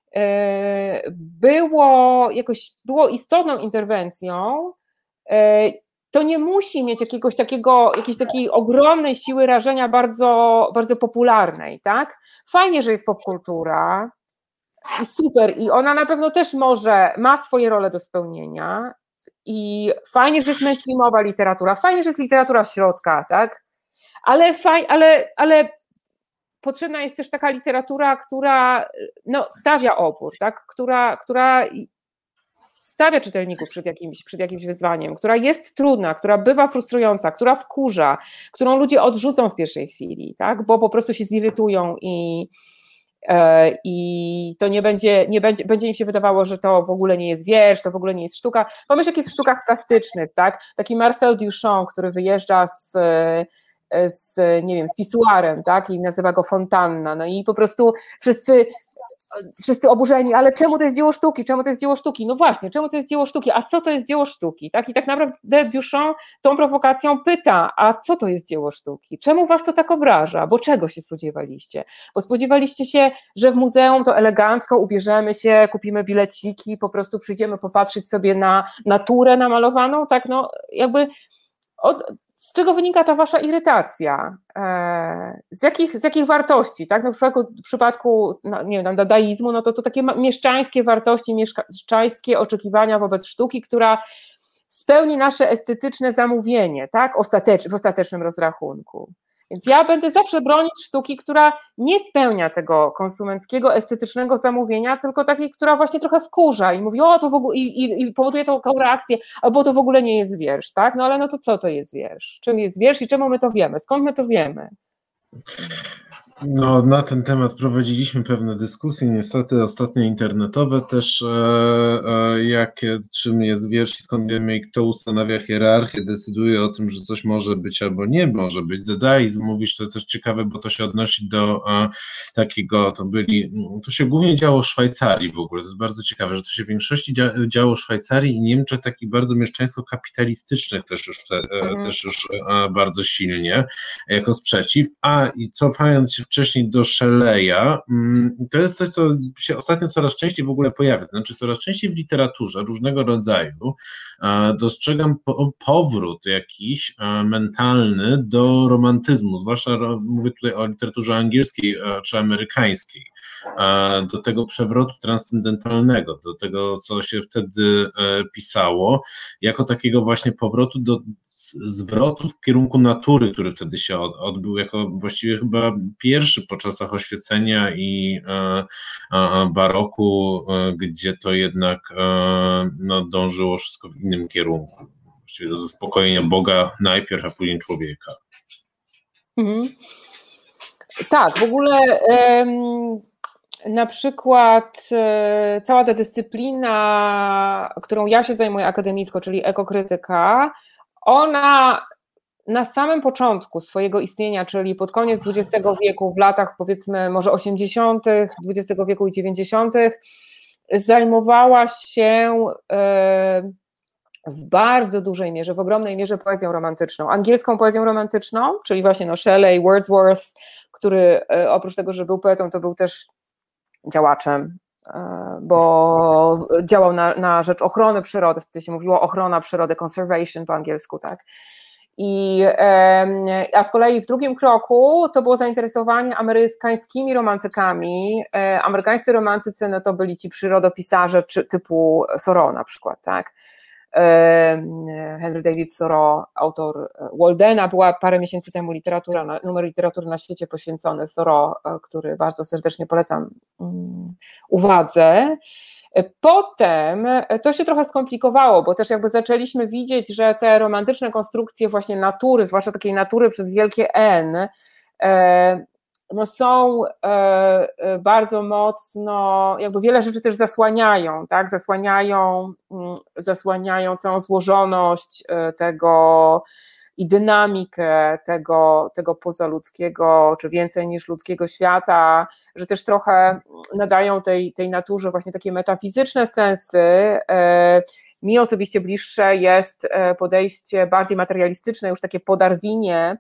było jakoś było istotną interwencją, to nie musi mieć jakiegoś takiego, jakiejś takiej ogromnej siły rażenia bardzo, bardzo popularnej, tak? Fajnie, że jest popkultura, super, i ona na pewno też może, ma swoje role do spełnienia. I fajnie, że jest mainstreamowa literatura, fajnie, że jest literatura środka, tak? Ale, faj, ale, ale potrzebna jest też taka literatura, która no, stawia opór, tak? która, która stawia czytelników przed jakimś, przed jakimś wyzwaniem, która jest trudna, która bywa frustrująca, która wkurza, którą ludzie odrzucą w pierwszej chwili, tak? Bo po prostu się zirytują i i to nie będzie, nie będzie, będzie im się wydawało, że to w ogóle nie jest wiersz, to w ogóle nie jest sztuka. Pomyśl, jak jest w sztukach plastycznych, tak? Taki Marcel Duchamp, który wyjeżdża z, z nie wiem, z pisuarem, tak? I nazywa go Fontanna, no i po prostu wszyscy wszyscy oburzeni, ale czemu to jest dzieło sztuki, czemu to jest dzieło sztuki? No właśnie, czemu to jest dzieło sztuki, a co to jest dzieło sztuki? Tak? I tak naprawdę Duchamp tą prowokacją pyta, a co to jest dzieło sztuki? Czemu was to tak obraża? Bo czego się spodziewaliście? Bo spodziewaliście się, że w muzeum to elegancko ubierzemy się, kupimy bileciki, po prostu przyjdziemy popatrzeć sobie na naturę namalowaną, tak? No jakby od, z czego wynika ta wasza irytacja? Z jakich, z jakich wartości? Tak? No w przypadku, w przypadku no nie wiem, dadaizmu, no to, to takie mieszczańskie wartości, mieszczańskie oczekiwania wobec sztuki, która spełni nasze estetyczne zamówienie, tak? Ostatecz, w ostatecznym rozrachunku. Więc ja będę zawsze bronić sztuki, która nie spełnia tego konsumenckiego, estetycznego zamówienia, tylko takiej, która właśnie trochę wkurza i mówi, o to w ogóle, i, i, i powoduje taką reakcję, albo to w ogóle nie jest wiersz, tak? No ale no to co to jest wiersz? Czym jest wiersz i czemu my to wiemy? Skąd my to wiemy? No, na ten temat prowadziliśmy pewne dyskusje, niestety ostatnie internetowe też, e, e, jakie, czym jest wiersz i skąd wiemy i kto ustanawia hierarchię, decyduje o tym, że coś może być albo nie może być. Dadaizm, mówisz, to też ciekawe, bo to się odnosi do e, takiego, to byli, to się głównie działo w Szwajcarii w ogóle, to jest bardzo ciekawe, że to się w większości dzia, działo w Szwajcarii i Niemczech takich bardzo mieszczańsko-kapitalistycznych też już, te, mhm. też już e, bardzo silnie, jako sprzeciw, a i cofając się wcześniej do Shelley'a, to jest coś, co się ostatnio coraz częściej w ogóle pojawia, znaczy coraz częściej w literaturze różnego rodzaju dostrzegam powrót jakiś mentalny do romantyzmu, zwłaszcza mówię tutaj o literaturze angielskiej czy amerykańskiej, do tego przewrotu transcendentalnego, do tego, co się wtedy pisało, jako takiego właśnie powrotu do zwrotu w kierunku natury, który wtedy się odbył, jako właściwie chyba pierwszy po czasach oświecenia i baroku, gdzie to jednak no, dążyło wszystko w innym kierunku, właściwie do zaspokojenia Boga najpierw, a później człowieka. Mhm. Tak, w ogóle um... na przykład e, cała ta dyscyplina, którą ja się zajmuję akademicko, czyli ekokrytyka, ona na samym początku swojego istnienia, czyli pod koniec dwudziestego wieku, w latach powiedzmy może osiemdziesiątych dwudziestego wieku i dziewięćdziesiątych, zajmowała się w bardzo dużej mierze, w ogromnej mierze poezją romantyczną, angielską poezją romantyczną, czyli właśnie no Shelley, Wordsworth, który oprócz tego, że był poetą, to był też działaczem, bo działał na, na rzecz ochrony przyrody, wtedy się mówiło ochrona przyrody, conservation po angielsku, tak. I, a z kolei w drugim kroku to było zainteresowanie amerykańskimi romantykami. Amerykańscy romantycy no to byli ci przyrodopisarze czy, typu Thoreau na przykład, tak. Henry David Thoreau, autor Waldena, była parę miesięcy temu literatura, numer literatury na świecie poświęcony Thoreau, który bardzo serdecznie polecam uwadze. Potem to się trochę skomplikowało, bo też jakby zaczęliśmy widzieć, że te romantyczne konstrukcje właśnie natury, zwłaszcza takiej natury przez wielkie N, no są bardzo mocno, jakby wiele rzeczy też zasłaniają, tak, zasłaniają, zasłaniają całą złożoność tego i dynamikę tego, tego pozaludzkiego, czy więcej niż ludzkiego świata, że też trochę nadają tej, tej naturze właśnie takie metafizyczne sensy. Mi osobiście bliższe jest podejście bardziej materialistyczne, już takie po Darwinie,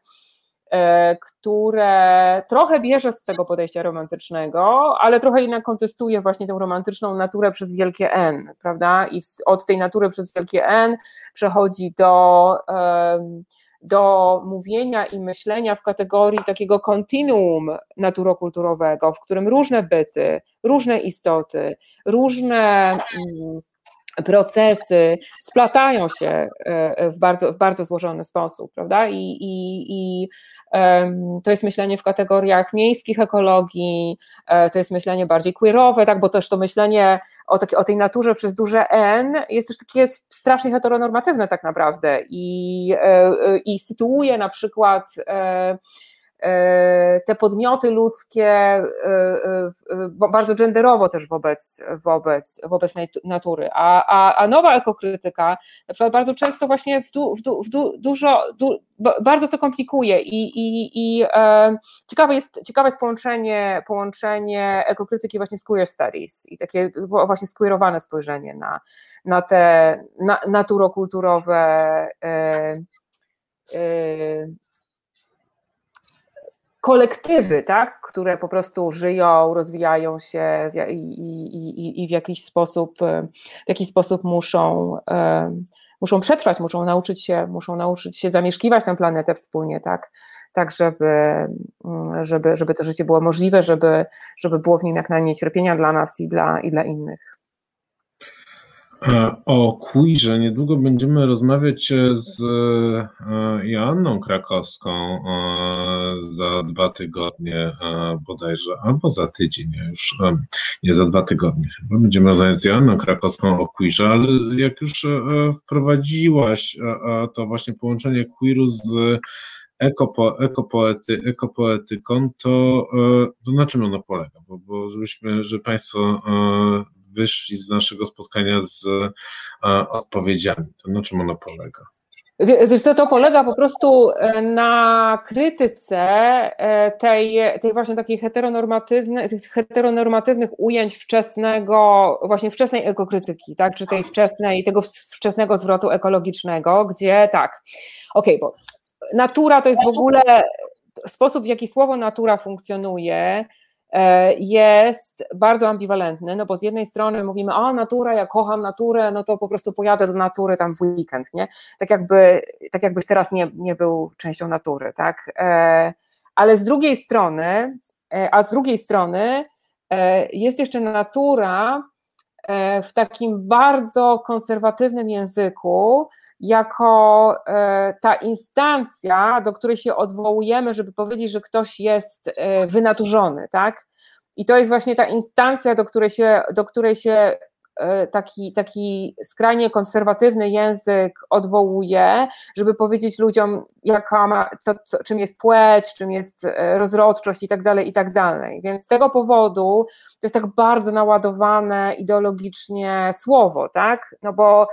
które trochę bierze z tego podejścia romantycznego, ale trochę jednak kontestuje właśnie tę romantyczną naturę przez wielkie N, prawda? I od tej natury przez wielkie N przechodzi do, do mówienia i myślenia w kategorii takiego kontinuum naturokulturowego, w którym różne byty, różne istoty, różne procesy splatają się w bardzo, w bardzo złożony sposób, prawda? I, i, i to jest myślenie w kategoriach miejskich ekologii, to jest myślenie bardziej queerowe, tak, bo też to myślenie o, takie, o tej naturze przez duże N jest też takie strasznie heteronormatywne tak naprawdę i, i sytuuje na przykład te podmioty ludzkie bardzo genderowo też wobec, wobec, wobec natury, a, a, a nowa ekokrytyka na przykład bardzo często właśnie w, du, w, du, w du, dużo, du, bardzo to komplikuje i, i, i e, ciekawe jest, ciekawe jest połączenie, połączenie ekokrytyki właśnie z queer studies i takie właśnie squeerowane spojrzenie na, na te na, naturokulturowe e, e, kolektywy, tak, które po prostu żyją, rozwijają się i, i, i, i w jakiś sposób, w jakiś sposób muszą, muszą przetrwać, muszą nauczyć się, muszą nauczyć się zamieszkiwać tę planetę wspólnie, tak, tak żeby, żeby, żeby to życie było możliwe, żeby, żeby było w nim jak najmniej cierpienia dla nas i dla, i dla innych. O queerze niedługo będziemy rozmawiać z Joanną Krakowską za dwa tygodnie bodajże, albo za tydzień, już nie za dwa tygodnie. Chyba będziemy rozmawiać z Joanną Krakowską o queerze, ale jak już wprowadziłaś to właśnie połączenie queeru z ekopo, ekopoety, ekopoetyką, to, to na czym ono polega? Bo, bo żebyśmy, że Państwo wyszli z naszego spotkania z a, odpowiedziami. To na czym ono polega? Wiesz co, to polega po prostu na krytyce tej, tej właśnie takich heteronormatywnych, tych heteronormatywnych ujęć wczesnego, właśnie wczesnej ekokrytyki, tak, czy tej wczesnej, tego wczesnego zwrotu ekologicznego, gdzie tak, okej, okay, bo natura to jest w ogóle sposób, w jaki słowo natura funkcjonuje, jest bardzo ambiwalentny, no bo z jednej strony mówimy, o natura, ja kocham naturę, no to po prostu pojadę do natury tam w weekend, nie? Tak jakby, tak jakbyś teraz nie, nie był częścią natury, tak? Ale z drugiej strony, a z drugiej strony jest jeszcze natura w takim bardzo konserwatywnym języku, jako ta instancja, do której się odwołujemy, żeby powiedzieć, że ktoś jest wynaturzony, tak? I to jest właśnie ta instancja, do której się, do której się taki, taki skrajnie konserwatywny język odwołuje, żeby powiedzieć ludziom, jaka ma, to, to, czym jest płeć, czym jest rozrodczość i tak dalej, i tak dalej. Więc z tego powodu to jest tak bardzo naładowane ideologicznie słowo, tak? No bo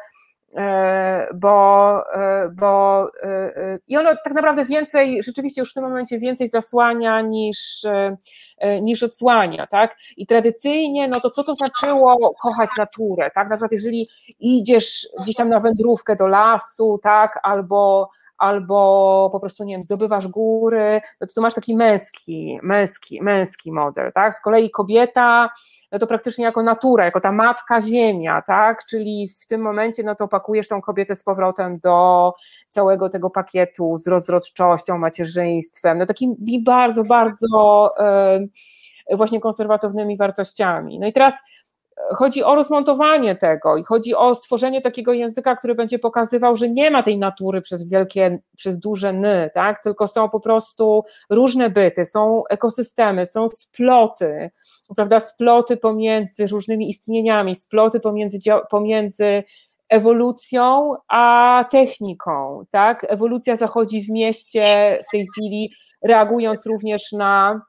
bo, bo i ono tak naprawdę więcej, rzeczywiście już w tym momencie więcej zasłania niż, niż odsłania, tak? I tradycyjnie, no to co to znaczyło kochać naturę, tak? Na przykład jeżeli idziesz gdzieś tam na wędrówkę do lasu, tak? Albo albo po prostu, nie wiem, zdobywasz góry, no to tu masz taki męski, męski, męski model, tak? Z kolei kobieta, no to praktycznie jako natura, jako ta matka ziemia, tak? Czyli w tym momencie, no to pakujesz tą kobietę z powrotem do całego tego pakietu z rozrodczością, macierzyństwem, no takimi bardzo, bardzo yy, właśnie konserwatywnymi wartościami. No i teraz chodzi o rozmontowanie tego i chodzi o stworzenie takiego języka, który będzie pokazywał, że nie ma tej natury przez wielkie, przez duże ny, tak? Tylko są po prostu różne byty, są ekosystemy, są sploty, prawda? Sploty pomiędzy różnymi istnieniami, sploty pomiędzy, pomiędzy ewolucją a techniką, tak? Ewolucja zachodzi w mieście w tej chwili, reagując również na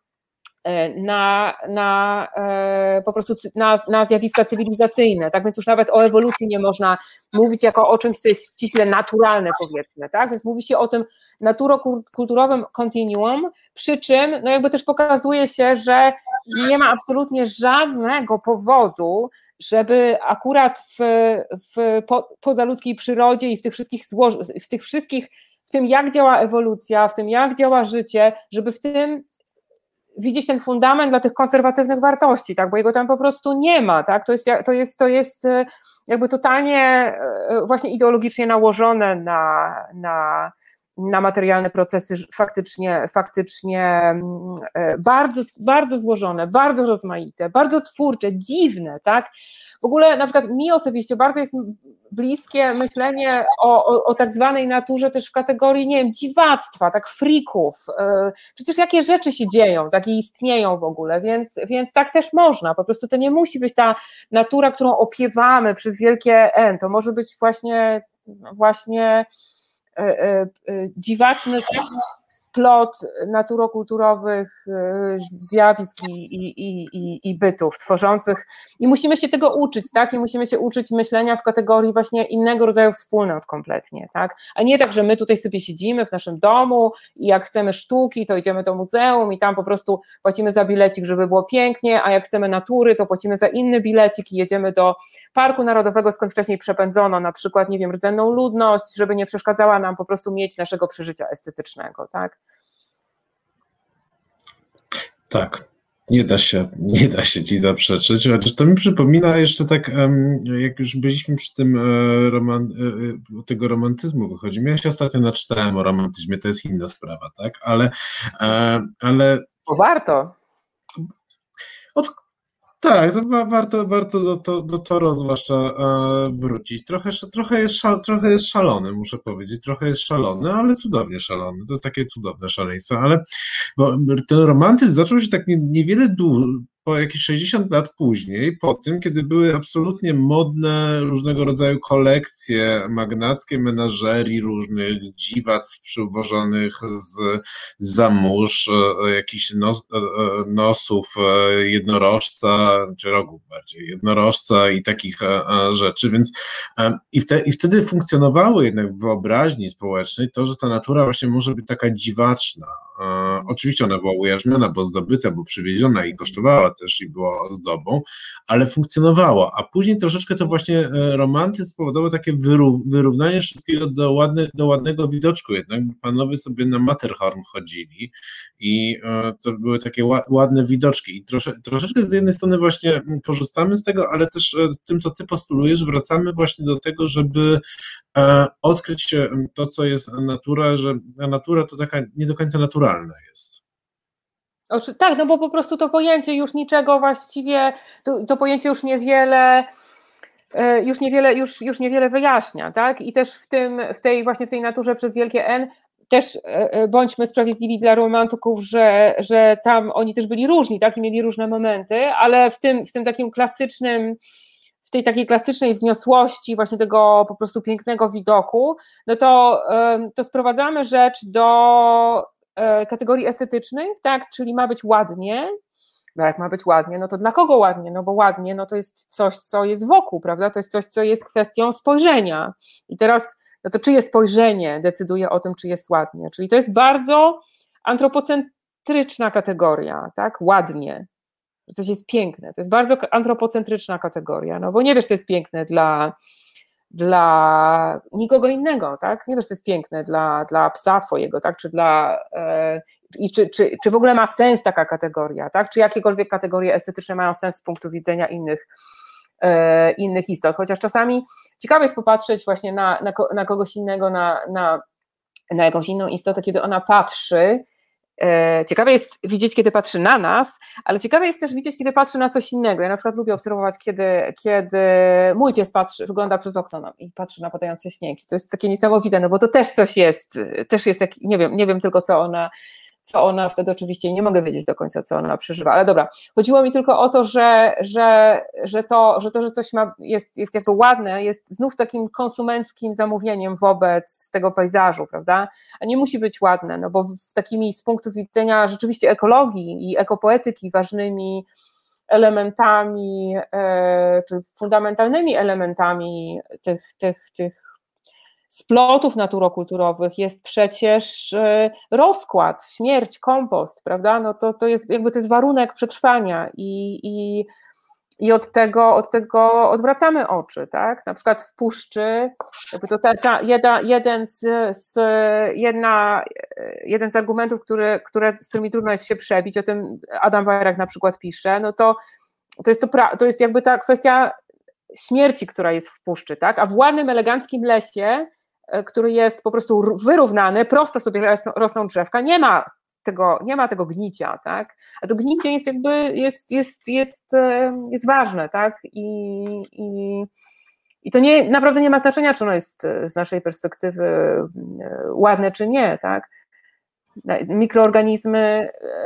Na, na, po prostu na, na zjawiska cywilizacyjne, tak, więc już nawet o ewolucji nie można mówić jako o czymś, co jest ściśle naturalne, powiedzmy, tak, więc mówi się o tym naturokulturowym kontinuum, przy czym no jakby też pokazuje się, że nie ma absolutnie żadnego powodu, żeby akurat w, w po, pozaludzkiej przyrodzie i w tych wszystkich złoż- w tych wszystkich, w tym jak działa ewolucja, w tym jak działa życie, żeby w tym widzieć ten fundament dla tych konserwatywnych wartości, tak, bo jego tam po prostu nie ma, tak, to jest, to jest, to jest jakby totalnie właśnie ideologicznie nałożone na, na, na materialne procesy faktycznie, faktycznie bardzo, bardzo złożone, bardzo rozmaite, bardzo twórcze, dziwne, tak. W ogóle na przykład mi osobiście bardzo jest bliskie myślenie o, o, o tak zwanej naturze też w kategorii, nie wiem, dziwactwa, tak frików. Przecież jakie rzeczy się dzieją, takie istnieją w ogóle, więc, więc tak też można. Po prostu to nie musi być ta natura, którą opiewamy przez wielkie N. To może być właśnie, właśnie dziwaczny splot naturokulturowych zjawisk i, i, i, i bytów tworzących i musimy się tego uczyć, tak, i musimy się uczyć myślenia w kategorii właśnie innego rodzaju wspólnot kompletnie, tak, a nie tak, że my tutaj sobie siedzimy w naszym domu i jak chcemy sztuki, to idziemy do muzeum i tam po prostu płacimy za bilecik, żeby było pięknie, a jak chcemy natury, to płacimy za inny bilecik i jedziemy do Parku Narodowego, skąd wcześniej przepędzono na przykład, nie wiem, rdzenną ludność, żeby nie przeszkadzała nam po prostu mieć naszego przeżycia estetycznego, tak. Tak, nie da się, nie da się ci zaprzeczyć, chociaż to mi przypomina jeszcze tak, jak już byliśmy przy tym roman, tego romantyzmu wychodzimy, ja się ostatnio naczytałem o romantyzmie, to jest inna sprawa, tak, ale ale to warto. Od, tak, to warto, warto do, to, do Toro zwłaszcza e, wrócić. Trochę, trochę, jest szal, trochę jest szalony, muszę powiedzieć, trochę jest szalony, ale cudownie szalony. To jest takie cudowne szaleństwo, ale bo ten romantyzm zaczął się tak nie, niewiele długo, po jakieś sześćdziesiąt lat później, po tym, kiedy były absolutnie modne różnego rodzaju kolekcje magnackie, menażerii różnych dziwactw przywożonych z, z mórz, jakichś nos, nosów jednorożca, czy rogów bardziej, jednorożca i takich rzeczy, więc i, wte, i wtedy funkcjonowało jednak w wyobraźni społecznej to, że ta natura właśnie może być taka dziwaczna. Oczywiście ona była ujarzmiona, bo zdobyta, bo przywieziona i kosztowała też i była ozdobą, ale funkcjonowała, a później troszeczkę to właśnie romantyzm spowodował takie wyrównanie wszystkiego do, ładne, do ładnego widoczku, jednak panowie sobie na Matterhorn wchodzili i to były takie ładne widoczki i trosze, troszeczkę z jednej strony właśnie korzystamy z tego, ale też tym, co ty postulujesz, wracamy właśnie do tego, żeby odkryć to, co jest natura, że natura to taka nie do końca naturalna jest. Tak, no bo po prostu to pojęcie już niczego właściwie, to, to pojęcie już niewiele, już niewiele, już, już niewiele wyjaśnia, tak? I też w tym, w tej właśnie w tej naturze przez wielkie N też bądźmy sprawiedliwi dla romantyków, że, że tam oni też byli różni, tak? I mieli różne momenty, ale w tym, w tym takim klasycznym, w tej takiej klasycznej wzniosłości właśnie tego po prostu pięknego widoku, no to, to sprowadzamy rzecz do kategorii estetycznych, tak, czyli ma być ładnie, Bo jak ma być ładnie, no to dla kogo ładnie? No bo ładnie, no to jest coś, co jest wokół, prawda? To jest coś, co jest kwestią spojrzenia. I teraz, no to czyje spojrzenie decyduje o tym, czy jest ładnie? Czyli to jest bardzo antropocentryczna kategoria, tak? Ładnie. Że coś jest piękne. To jest bardzo antropocentryczna kategoria, no bo nie wiesz, co jest piękne dla, dla nikogo innego, tak? Nie wiesz, co jest piękne dla, dla psa twojego, tak? Czy dla... E, I czy, czy, czy w ogóle ma sens taka kategoria, tak? Czy jakiekolwiek kategorie estetyczne mają sens z punktu widzenia innych, e, innych istot, chociaż czasami ciekawe jest popatrzeć właśnie na, na, na kogoś innego, na, na, na jakąś inną istotę, kiedy ona patrzy. E, ciekawe jest widzieć, kiedy patrzy na nas, ale ciekawe jest też widzieć, kiedy patrzy na coś innego. Ja na przykład lubię obserwować, kiedy, kiedy mój pies patrzy, wygląda przez okno no, i patrzy na padający śnieg. To jest takie niesamowite, no bo to też coś jest, też jest jak, nie wiem, nie wiem tylko co ona co ona wtedy oczywiście, nie mogę wiedzieć do końca, co ona przeżywa, ale dobra, chodziło mi tylko o to, że, że, że, to, że to, że coś ma, jest, jest jakby ładne, jest znów takim konsumenckim zamówieniem wobec tego pejzażu, prawda, a nie musi być ładne, no bo w takimi z punktu widzenia rzeczywiście ekologii i ekopoetyki ważnymi elementami, czy fundamentalnymi elementami tych, tych, tych splotów naturokulturowych jest przecież rozkład, śmierć, kompost, prawda? No to, to jest jakby to jest warunek przetrwania i, i, i od tego, od tego odwracamy oczy, tak? Na przykład w puszczy, jakby to ta, ta, jedna, jeden, z, z, jedna, jeden z argumentów, który, które, z którymi trudno jest się przebić, o tym Adam Wajrak na przykład pisze, no to, to, jest to, pra, to jest jakby ta kwestia śmierci, która jest w puszczy, tak? A w ładnym, eleganckim lesie, który jest po prostu wyrównany, prosto sobie rosną drzewka, nie ma tego, nie ma tego gnicia, tak? A to gnicie jest jakby, jest, jest, jest, jest ważne, tak? I, i, i to nie, naprawdę nie ma znaczenia, czy ono jest z naszej perspektywy ładne, czy nie, tak? Mikroorganizmy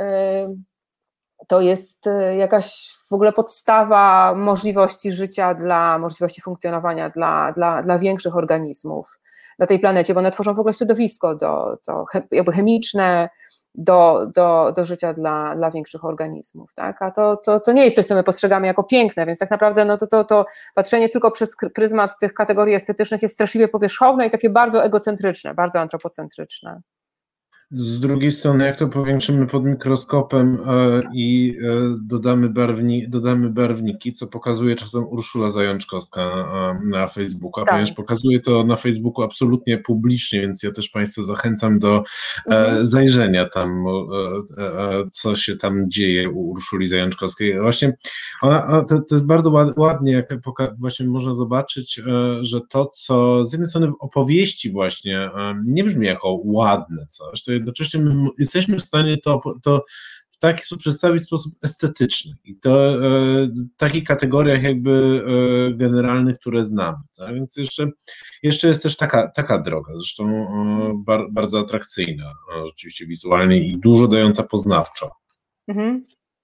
to jest jakaś w ogóle podstawa możliwości życia, dla możliwości funkcjonowania dla, dla, dla większych organizmów na tej planecie, bo one tworzą w ogóle środowisko do, do, jakby chemiczne do, do, do życia dla, dla większych organizmów, tak? A to, to, to nie jest coś, co my postrzegamy jako piękne, więc tak naprawdę no to, to, to patrzenie tylko przez pryzmat tych kategorii estetycznych jest straszliwie powierzchowne i takie bardzo egocentryczne, bardzo antropocentryczne. Z drugiej strony, jak to powiększymy pod mikroskopem e, i e, dodamy, barwni, dodamy barwniki, co pokazuje czasem Urszula Zajączkowska e, na Facebooku, a tak. Ponieważ pokazuje to na Facebooku absolutnie publicznie, więc ja też Państwa zachęcam do e, mhm. zajrzenia tam, e, e, co się tam dzieje u Urszuli Zajączkowskiej. Właśnie ona, to, to jest bardzo ładnie, jak właśnie można zobaczyć, e, że to, co z jednej strony w opowieści właśnie e, nie brzmi jako ładne coś, to jednocześnie my jesteśmy w stanie to, to w taki sposób przedstawić w sposób estetyczny i to e, w takich kategoriach jakby e, generalnych, które znamy. Tak? Więc jeszcze, jeszcze jest też taka, taka droga, zresztą e, bar, bardzo atrakcyjna, e, rzeczywiście wizualnie i dużo dająca poznawczo. Mhm.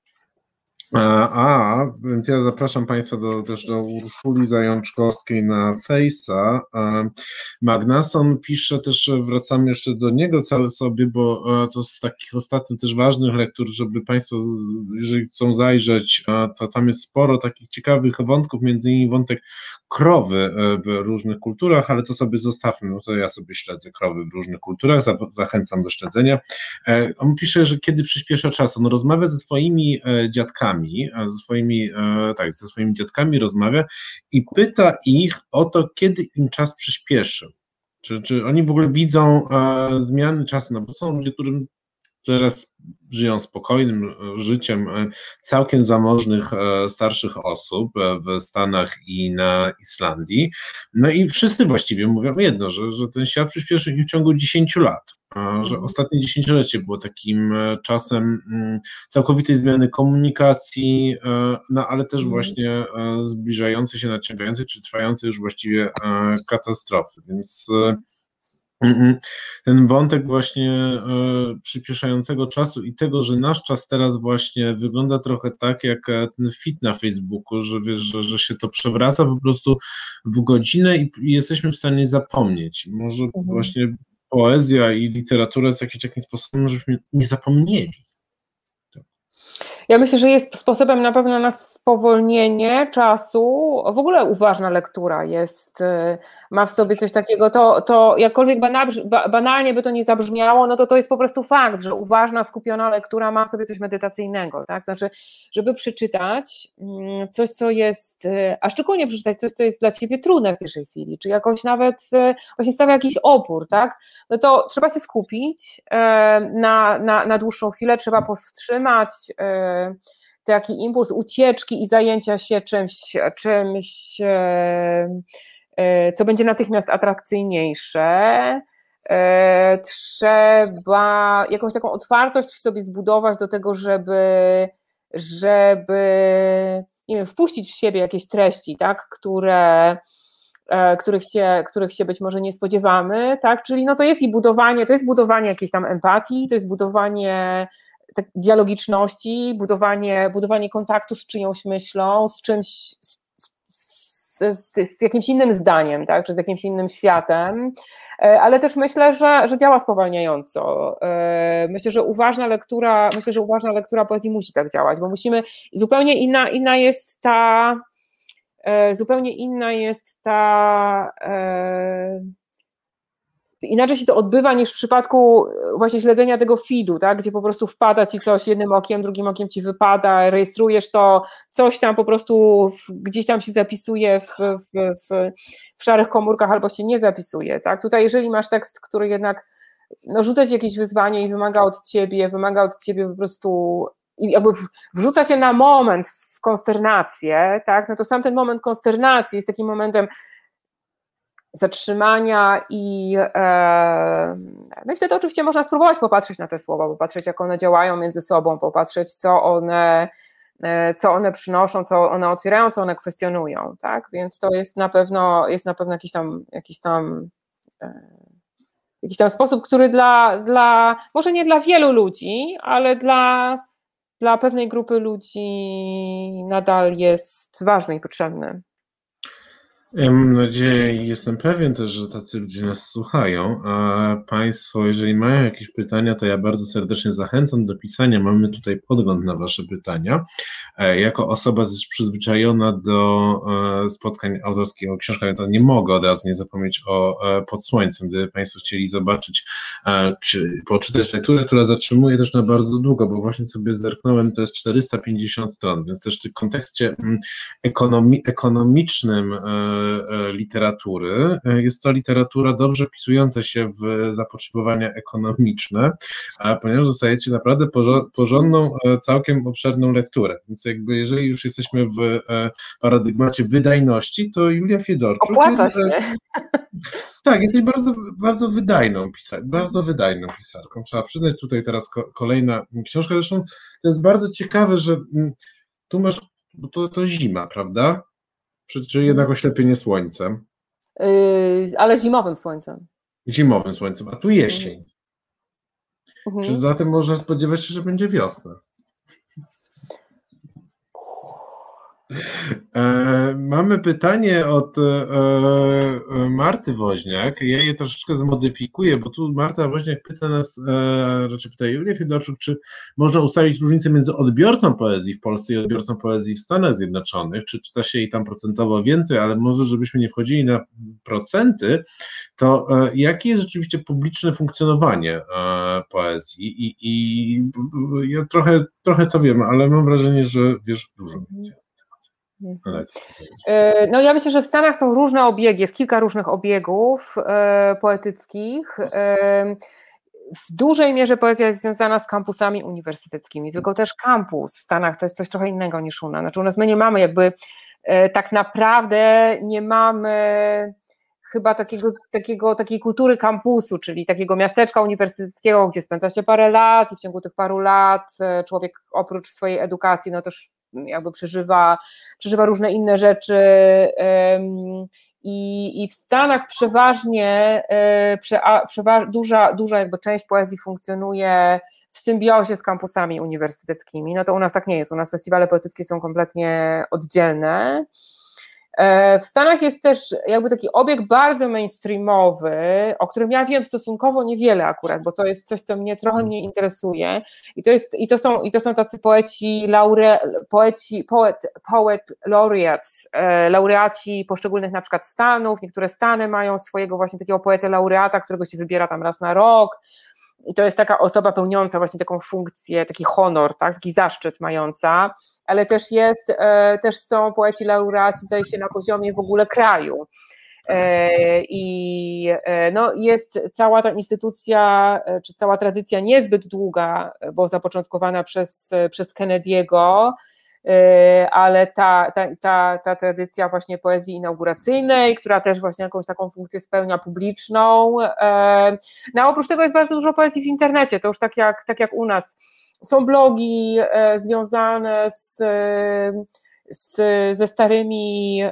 A, a, więc ja zapraszam Państwa do, też do Urszuli Zajączkowskiej na Face'a. Magnason pisze też, wracamy jeszcze do niego cały sobie, bo to z takich ostatnich też ważnych lektur, żeby Państwo, jeżeli chcą zajrzeć, to tam jest sporo takich ciekawych wątków, między innymi wątek krowy w różnych kulturach, ale to sobie zostawmy, no to ja sobie śledzę krowy w różnych kulturach, zachęcam do śledzenia. On pisze, że kiedy przyspiesza czas, on rozmawia ze swoimi dziadkami, ze swoimi, tak, ze swoimi dziadkami rozmawia i pyta ich o to, kiedy im czas przyspieszy. Czy, czy oni w ogóle widzą zmiany czasu, no bo są ludzie, którym teraz żyją spokojnym życiem całkiem zamożnych starszych osób w Stanach i na Islandii. No i wszyscy właściwie mówią jedno, że, że ten świat przyspieszył w ciągu dziesięciu lat. Że ostatnie dziesięciolecie było takim czasem całkowitej zmiany komunikacji, no ale też właśnie zbliżającej się, naciągającej, czy trwającej już właściwie katastrofy, więc ten wątek właśnie przyspieszającego czasu i tego, że nasz czas teraz właśnie wygląda trochę tak, jak ten fit na Facebooku, że wiesz, że, że się to przewraca po prostu w godzinę i, i jesteśmy w stanie zapomnieć. Może mhm. właśnie poezja i literatura jest jakimś takim sposobem, żebyśmy nie zapomnieli. Ja myślę, że jest sposobem na pewno na spowolnienie czasu. W ogóle uważna lektura jest, ma w sobie coś takiego, to, to jakkolwiek banalnie by to nie zabrzmiało, no to to jest po prostu fakt, że uważna, skupiona lektura ma w sobie coś medytacyjnego, tak? Znaczy, żeby przeczytać coś, co jest, a szczególnie przeczytać coś, co jest dla ciebie trudne w pierwszej chwili, czy jakoś nawet właśnie stawia jakiś opór, tak? No to trzeba się skupić na, na, na dłuższą chwilę, trzeba powstrzymać taki impuls ucieczki i zajęcia się czymś, czymś, co będzie natychmiast atrakcyjniejsze. Trzeba jakąś taką otwartość w sobie zbudować do tego, żeby, żeby nie wiem, wpuścić w siebie jakieś treści, tak, które Których się, których się być może nie spodziewamy, tak? Czyli no to jest i budowanie, to jest budowanie jakiejś tam empatii, to jest budowanie tak, dialogiczności, budowanie, budowanie kontaktu z czyjąś myślą, z czymś, z, z, z, z jakimś innym zdaniem, tak? Czy z jakimś innym światem, ale też myślę, że, że działa spowalniająco. Myślę, że uważna lektura, myślę, że uważna lektura poezji musi tak działać, bo musimy, zupełnie inna, inna jest ta Zupełnie inna jest ta, e, inaczej się to odbywa niż w przypadku właśnie śledzenia tego feedu, tak, gdzie po prostu wpada ci coś jednym okiem, drugim okiem ci wypada, rejestrujesz to, coś tam po prostu w, gdzieś tam się zapisuje w, w, w, w szarych komórkach albo się nie zapisuje, tak. Tutaj jeżeli masz tekst, który jednak no, rzuca ci jakieś wyzwanie i wymaga od ciebie, wymaga od ciebie po prostu i jakby wrzuca się na moment w konsternację, tak, no to sam ten moment konsternacji jest takim momentem zatrzymania i e, no i wtedy oczywiście można spróbować popatrzeć na te słowa, popatrzeć jak one działają między sobą, popatrzeć co one, e, co one przynoszą, co one otwierają, co one kwestionują, tak, więc to jest na pewno, jest na pewno jakiś tam, jakiś tam e, jakiś tam sposób, który dla, dla, może nie dla wielu ludzi, ale dla dla pewnej grupy ludzi nadal jest ważny i potrzebny. Ja mam nadzieję i jestem pewien też, że tacy ludzie nas słuchają, a Państwo, jeżeli mają jakieś pytania, to ja bardzo serdecznie zachęcam do pisania. Mamy tutaj podgląd na Wasze pytania. Jako osoba też przyzwyczajona do spotkań autorskich o książkach, to nie mogę od razu nie zapomnieć o Pod Słońcem. Gdyby Państwo chcieli zobaczyć, poczytać lekturę, która zatrzymuje też na bardzo długo, bo właśnie sobie zerknąłem, to jest czterysta pięćdziesiąt stron, więc też w kontekście ekonomi- ekonomicznym literatury. Jest to literatura dobrze wpisująca się w zapotrzebowania ekonomiczne, ponieważ dostajecie naprawdę porządną, całkiem obszerną lekturę. Więc jakby jeżeli już jesteśmy w paradygmacie wydajności, to Julia Fiedorczuk Opłaca jest... się. Tak, jesteś bardzo, bardzo wydajną pisarką, bardzo wydajną pisarką. Trzeba przyznać, tutaj teraz kolejna książka. Zresztą to jest bardzo ciekawe, że tu masz, bo to, to zima, prawda? Czy jednak oślepienie słońcem? Yy, ale zimowym słońcem. Zimowym słońcem, a tu jesień. Mhm. Czy zatem można spodziewać się, że będzie wiosna? E, mamy pytanie od e, Marty Woźniak. Ja je troszeczkę zmodyfikuję, bo tu Marta Woźniak pyta nas, e, raczej pyta Julię Fiedorczuk, czy można ustalić różnicę między odbiorcą poezji w Polsce i odbiorcą poezji w Stanach Zjednoczonych, czy czyta się jej tam procentowo więcej, ale może żebyśmy nie wchodzili na procenty, to e, jakie jest rzeczywiście publiczne funkcjonowanie e, poezji i, i ja trochę, trochę to wiem, ale mam wrażenie, że wiesz dużo więcej. No ja myślę, że w Stanach są różne obiegi, jest kilka różnych obiegów e, poetyckich. E, w dużej mierze poezja jest związana z kampusami uniwersyteckimi, tylko też kampus w Stanach to jest coś trochę innego niż u nas. Znaczy u nas my nie mamy jakby e, tak naprawdę nie mamy chyba takiego, takiego, takiej kultury kampusu, czyli takiego miasteczka uniwersyteckiego, gdzie spędza się parę lat i w ciągu tych paru lat człowiek oprócz swojej edukacji no też jakby przeżywa, przeżywa różne inne rzeczy i, i w Stanach przeważnie prze, przeważ, duża, duża jakby część poezji funkcjonuje w symbiozie z kampusami uniwersyteckimi, no to u nas tak nie jest, u nas festiwale poetyckie są kompletnie oddzielne. W Stanach jest też jakby taki obieg bardzo mainstreamowy, o którym ja wiem stosunkowo niewiele akurat, bo to jest coś, co mnie trochę mnie interesuje i to, jest, i to, są, i to są tacy poeci, laure, poeci poet, poet laureates, laureaci poszczególnych na przykład stanów, niektóre stany mają swojego właśnie takiego poetę laureata, którego się wybiera tam raz na rok. I to jest taka osoba pełniąca właśnie taką funkcję, taki honor, tak, taki zaszczyt mająca, ale też jest, e, też są poeci laureaci, zdaje się, na poziomie w ogóle kraju. E, I e, no, jest cała ta instytucja, czy cała tradycja niezbyt długa, bo zapoczątkowana przez, przez Kennedy'ego, ale ta, ta, ta, ta tradycja właśnie poezji inauguracyjnej, która też właśnie jakąś taką funkcję spełnia publiczną. No a oprócz tego jest bardzo dużo poezji w internecie, to już tak jak, tak jak u nas. Są blogi związane z, z, ze starymi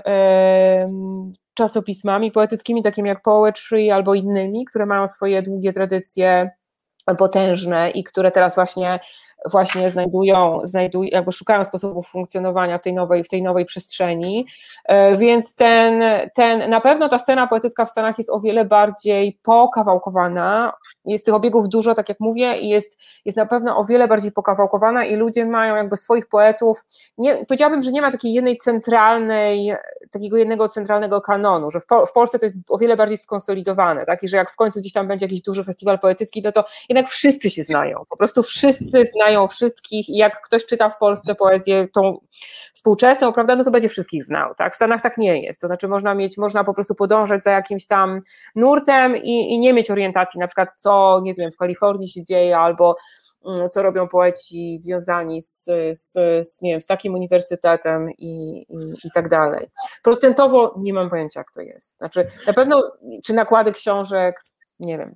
czasopismami poetyckimi, takimi jak Poetry albo innymi, które mają swoje długie tradycje potężne i które teraz właśnie właśnie znajdują, znajdują, jakby szukają sposobów funkcjonowania w tej nowej, w tej nowej przestrzeni, więc ten, ten, na pewno ta scena poetycka w Stanach jest o wiele bardziej pokawałkowana, jest tych obiegów dużo, tak jak mówię, i jest, jest na pewno o wiele bardziej pokawałkowana i ludzie mają jakby swoich poetów, nie, powiedziałabym, że nie ma takiej jednej centralnej, takiego jednego centralnego kanonu, że w, w Polsce to jest o wiele bardziej skonsolidowane, tak, i że jak w końcu gdzieś tam będzie jakiś duży festiwal poetycki, no to jednak wszyscy się znają, po prostu wszyscy znają wszystkich i jak ktoś czyta w Polsce poezję tą współczesną, prawda, no to będzie wszystkich znał, tak? W Stanach tak nie jest, to znaczy można mieć, można po prostu podążać za jakimś tam nurtem i, i nie mieć orientacji, na przykład co, nie wiem, w Kalifornii się dzieje, albo co robią poeci związani z, z, z, nie wiem, z takim uniwersytetem i, i, i tak dalej. Procentowo nie mam pojęcia, jak to jest, znaczy na pewno, czy nakłady książek, nie wiem.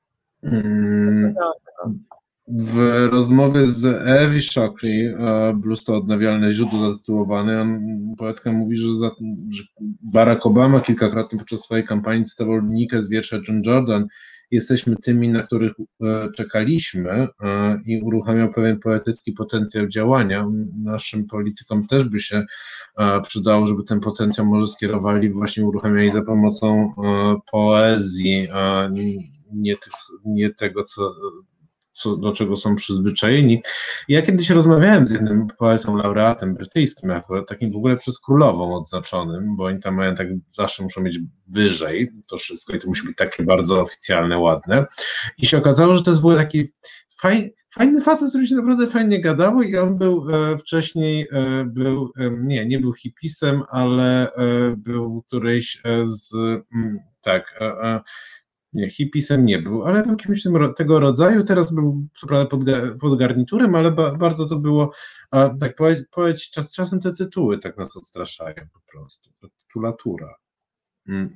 Hmm. W rozmowie z Evie Shockley, Blues to odnawialne źródło zatytułowany, on, poetka mówi, że, za, że Barack Obama kilkakrotnie podczas swojej kampanii cytował linijkę z wiersza John Jordan: jesteśmy tymi, na których czekaliśmy, i uruchamiał pewien poetycki potencjał działania. Naszym politykom też by się przydało, żeby ten potencjał może skierowali, właśnie uruchamiali za pomocą poezji, nie, tych, nie tego, co Co, do czego są przyzwyczajeni. Ja kiedyś rozmawiałem z jednym poetą, laureatem brytyjskim, akurat takim w ogóle przez królową odznaczonym, bo oni tam mają tak, zawsze muszą mieć wyżej to wszystko i to musi być takie bardzo oficjalne, ładne. I się okazało, że to jest w ogóle taki faj, fajny facet, z którym się naprawdę fajnie gadało, i on był e, wcześniej, e, był, e, nie, nie był hipisem, ale e, był któryś e, z, m, tak, e, e, nie, hipisem nie był, ale był kimś tego rodzaju. Teraz był co prawda pod, pod garniturem, ale ba, bardzo to było, a, tak poeci, czas, czasem te tytuły tak nas odstraszają po prostu, tytulatura. Hmm.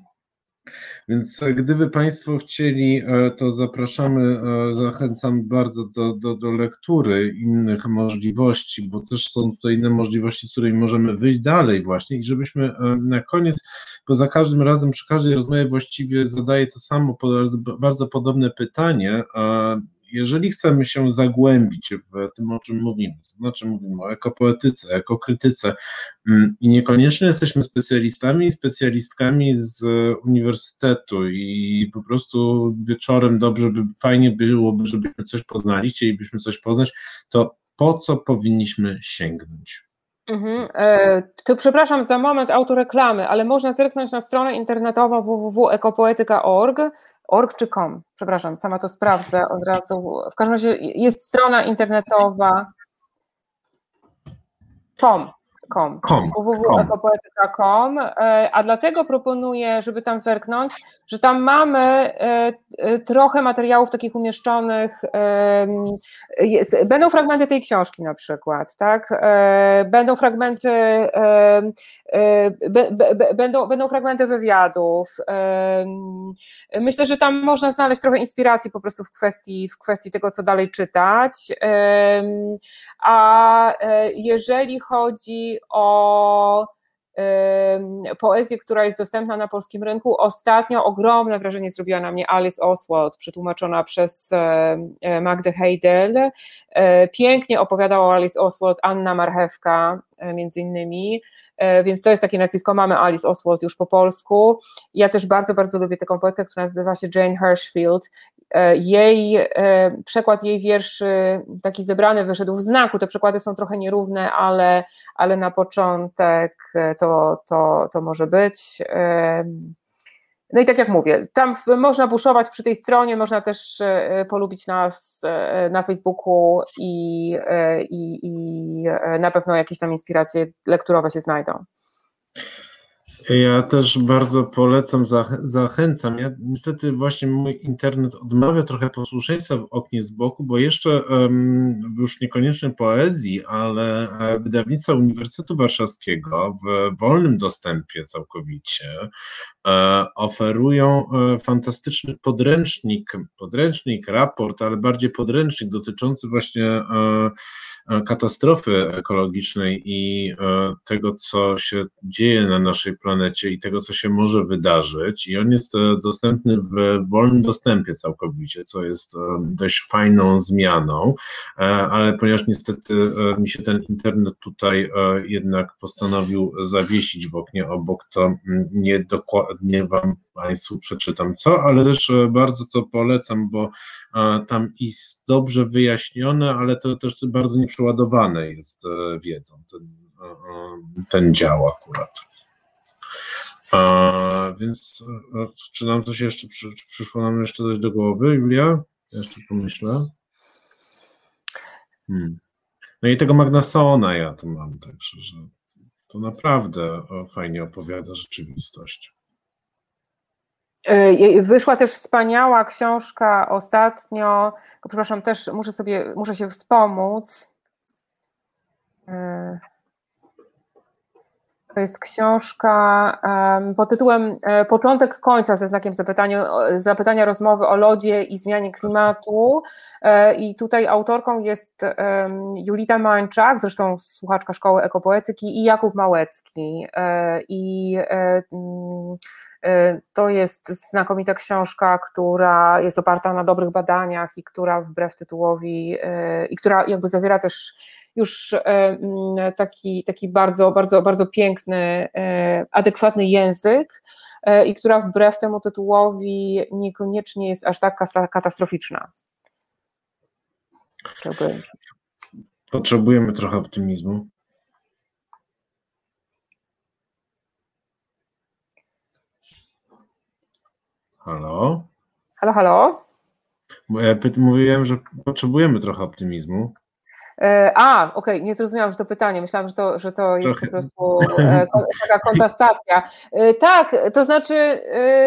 Więc gdyby Państwo chcieli, to zapraszamy, zachęcam bardzo do, do, do lektury innych możliwości, bo też są tutaj inne możliwości, z którymi możemy wyjść dalej właśnie, i żebyśmy na koniec, bo za każdym razem, przy każdej rozmowie właściwie zadaję to samo, bardzo podobne pytanie. Jeżeli chcemy się zagłębić w tym, o czym mówimy, to znaczy mówimy o ekopoetyce, ekokrytyce, i niekoniecznie jesteśmy specjalistami i specjalistkami z uniwersytetu i po prostu wieczorem dobrze by, fajnie byłoby, żebyśmy coś poznali, chcielibyśmy coś poznać, to po co powinniśmy sięgnąć? Mhm. E, to przepraszam za moment autoreklamy, ale można zerknąć na stronę internetową w w w kropka ekopoetyka kropka org, org czy com, przepraszam, sama to sprawdzę od razu. W każdym razie jest strona internetowa com. com, w w w kropka ekopoetyka kropka com, a dlatego proponuję, żeby tam zerknąć, że tam mamy trochę materiałów takich umieszczonych, jest, będą fragmenty tej książki na przykład, tak, będą fragmenty, będą, będą fragmenty wywiadów, myślę, że tam można znaleźć trochę inspiracji po prostu w kwestii, w kwestii tego, co dalej czytać, a jeżeli chodzi o poezję, która jest dostępna na polskim rynku. Ostatnio ogromne wrażenie zrobiła na mnie Alice Oswald, przetłumaczona przez Magdę Heydel. Pięknie opowiadała o Alice Oswald Anna Marchewka między innymi, więc to jest takie nazwisko, mamy Alice Oswald już po polsku. Ja też bardzo, bardzo lubię taką poetkę, która nazywa się Jane Hirshfield. Jej, przekład jej wierszy taki zebrany wyszedł w Znaku, te przekłady są trochę nierówne, ale, ale na początek to, to, to może być. No i tak jak mówię, tam można buszować przy tej stronie, można też polubić nas na Facebooku i, i, i na pewno jakieś tam inspiracje lekturowe się znajdą. Ja też bardzo polecam, zachęcam. Ja niestety właśnie mój internet odmawia trochę posłuszeństwa w oknie z boku, bo jeszcze um, już niekoniecznie poezji, ale wydawnictwa Uniwersytetu Warszawskiego w wolnym dostępie całkowicie e, oferują e, fantastyczny podręcznik, podręcznik, raport, ale bardziej podręcznik dotyczący właśnie e, katastrofy ekologicznej i e, tego, co się dzieje na naszej planecie i tego, co się może wydarzyć, i on jest dostępny w wolnym dostępie całkowicie, co jest dość fajną zmianą, ale ponieważ niestety mi się ten internet tutaj jednak postanowił zawiesić w oknie obok, to nie dokładnie wam Państwu przeczytam co, ale też bardzo to polecam, bo tam jest dobrze wyjaśnione, ale to też bardzo nieprzeładowane jest wiedzą, ten, ten dział akurat. A, więc czy nam coś jeszcze przy, czy przyszło nam jeszcze coś do głowy, Julia? Jeszcze pomyślę. Hmm. No i tego Magnasona ja tu mam, także że to naprawdę fajnie opowiada rzeczywistość. Wyszła też wspaniała książka ostatnio, przepraszam, też muszę sobie, muszę się wspomóc. To jest książka um, pod tytułem Początek końca ze znakiem zapytania, zapytania rozmowy o lodzie i zmianie klimatu. I tutaj autorką jest um, Julita Mańczak, zresztą słuchaczka Szkoły Ekopoetyki, i Jakub Małecki. I um, to jest znakomita książka, która jest oparta na dobrych badaniach i która wbrew tytułowi, i która jakby zawiera też już taki, taki bardzo, bardzo, bardzo piękny, adekwatny język i która wbrew temu tytułowi niekoniecznie jest aż tak katastroficzna. Potrzebujemy trochę optymizmu. Halo? Halo, halo? Mówiłem, że potrzebujemy trochę optymizmu. A, okej, okay, nie zrozumiałam, że to pytanie. Myślałam, że to, że to jest Trochę. po prostu taka kontestacja. Tak, to znaczy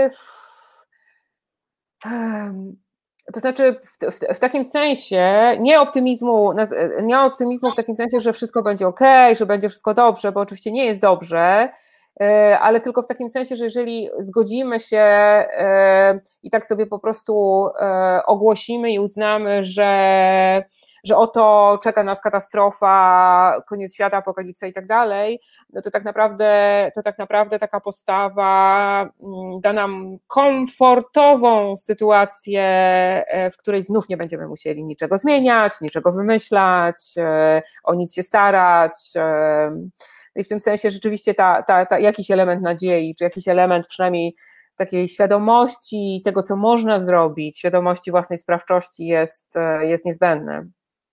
to znaczy w, w, w takim sensie nie optymizmu, nie optymizmu w takim sensie, że wszystko będzie okej, że będzie wszystko dobrze, bo oczywiście nie jest dobrze, ale tylko w takim sensie, że jeżeli zgodzimy się i tak sobie po prostu ogłosimy i uznamy, że, że oto czeka nas katastrofa, koniec świata, apokalipsa i tak dalej, no to tak naprawdę, to tak naprawdę taka postawa da nam komfortową sytuację, w której znów nie będziemy musieli niczego zmieniać, niczego wymyślać, o nic się starać. I w tym sensie rzeczywiście ta, ta, ta jakiś element nadziei, czy jakiś element przynajmniej takiej świadomości tego, co można zrobić, świadomości własnej sprawczości jest, jest niezbędny.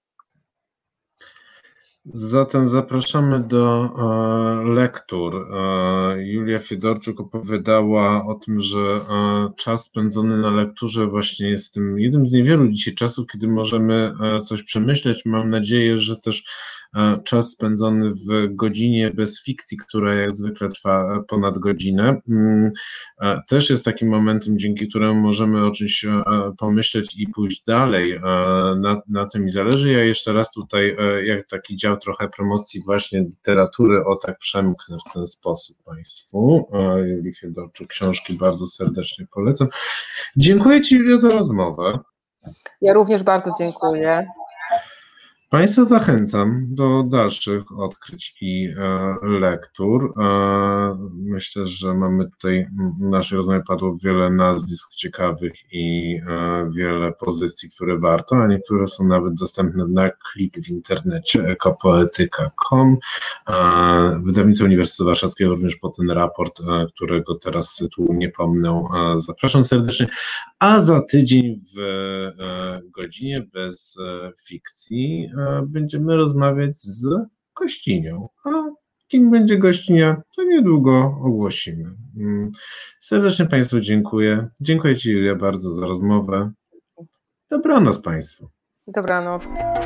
Zatem zapraszamy do e, lektur. E, Julia Fiedorczuk opowiadała o tym, że e, czas spędzony na lekturze właśnie jest tym jednym z niewielu dzisiaj czasów, kiedy możemy e, coś przemyśleć. Mam nadzieję, że też e, czas spędzony w godzinie bez fikcji, która jak zwykle trwa ponad godzinę, e, też jest takim momentem, dzięki któremu możemy o czymś e, pomyśleć i pójść dalej. E, na, na tym mi zależy. Ja jeszcze raz tutaj, e, jak taki dział trochę promocji właśnie literatury, o tak przemknę w ten sposób Państwu. Julii Fiedorczuk książki bardzo serdecznie polecam. Dziękuję Ci, Julia, za rozmowę. Ja również bardzo dziękuję. Państwa zachęcam do dalszych odkryć i e, lektur. E, myślę, że mamy tutaj w naszej rozmowie padło wiele nazwisk ciekawych i e, wiele pozycji, które warto, a niektóre są nawet dostępne na klik w internecie ekopoetyka kropka com. E, wydawnictwo Uniwersytetu Warszawskiego również po ten raport, e, którego teraz tytułu nie pomnę, e, zapraszam serdecznie. A za tydzień w e, godzinie bez e, fikcji będziemy rozmawiać z gościnią, a kim będzie gościnia, to niedługo ogłosimy. Serdecznie Państwu dziękuję. Dziękuję Ci, Julia, bardzo za rozmowę. Dobranoc Państwu. Dobranoc.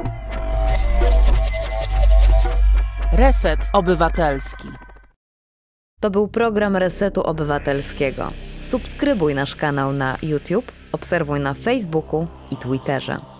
Reset Obywatelski. To był program Resetu Obywatelskiego. Subskrybuj nasz kanał na YouTube, obserwuj na Facebooku i Twitterze.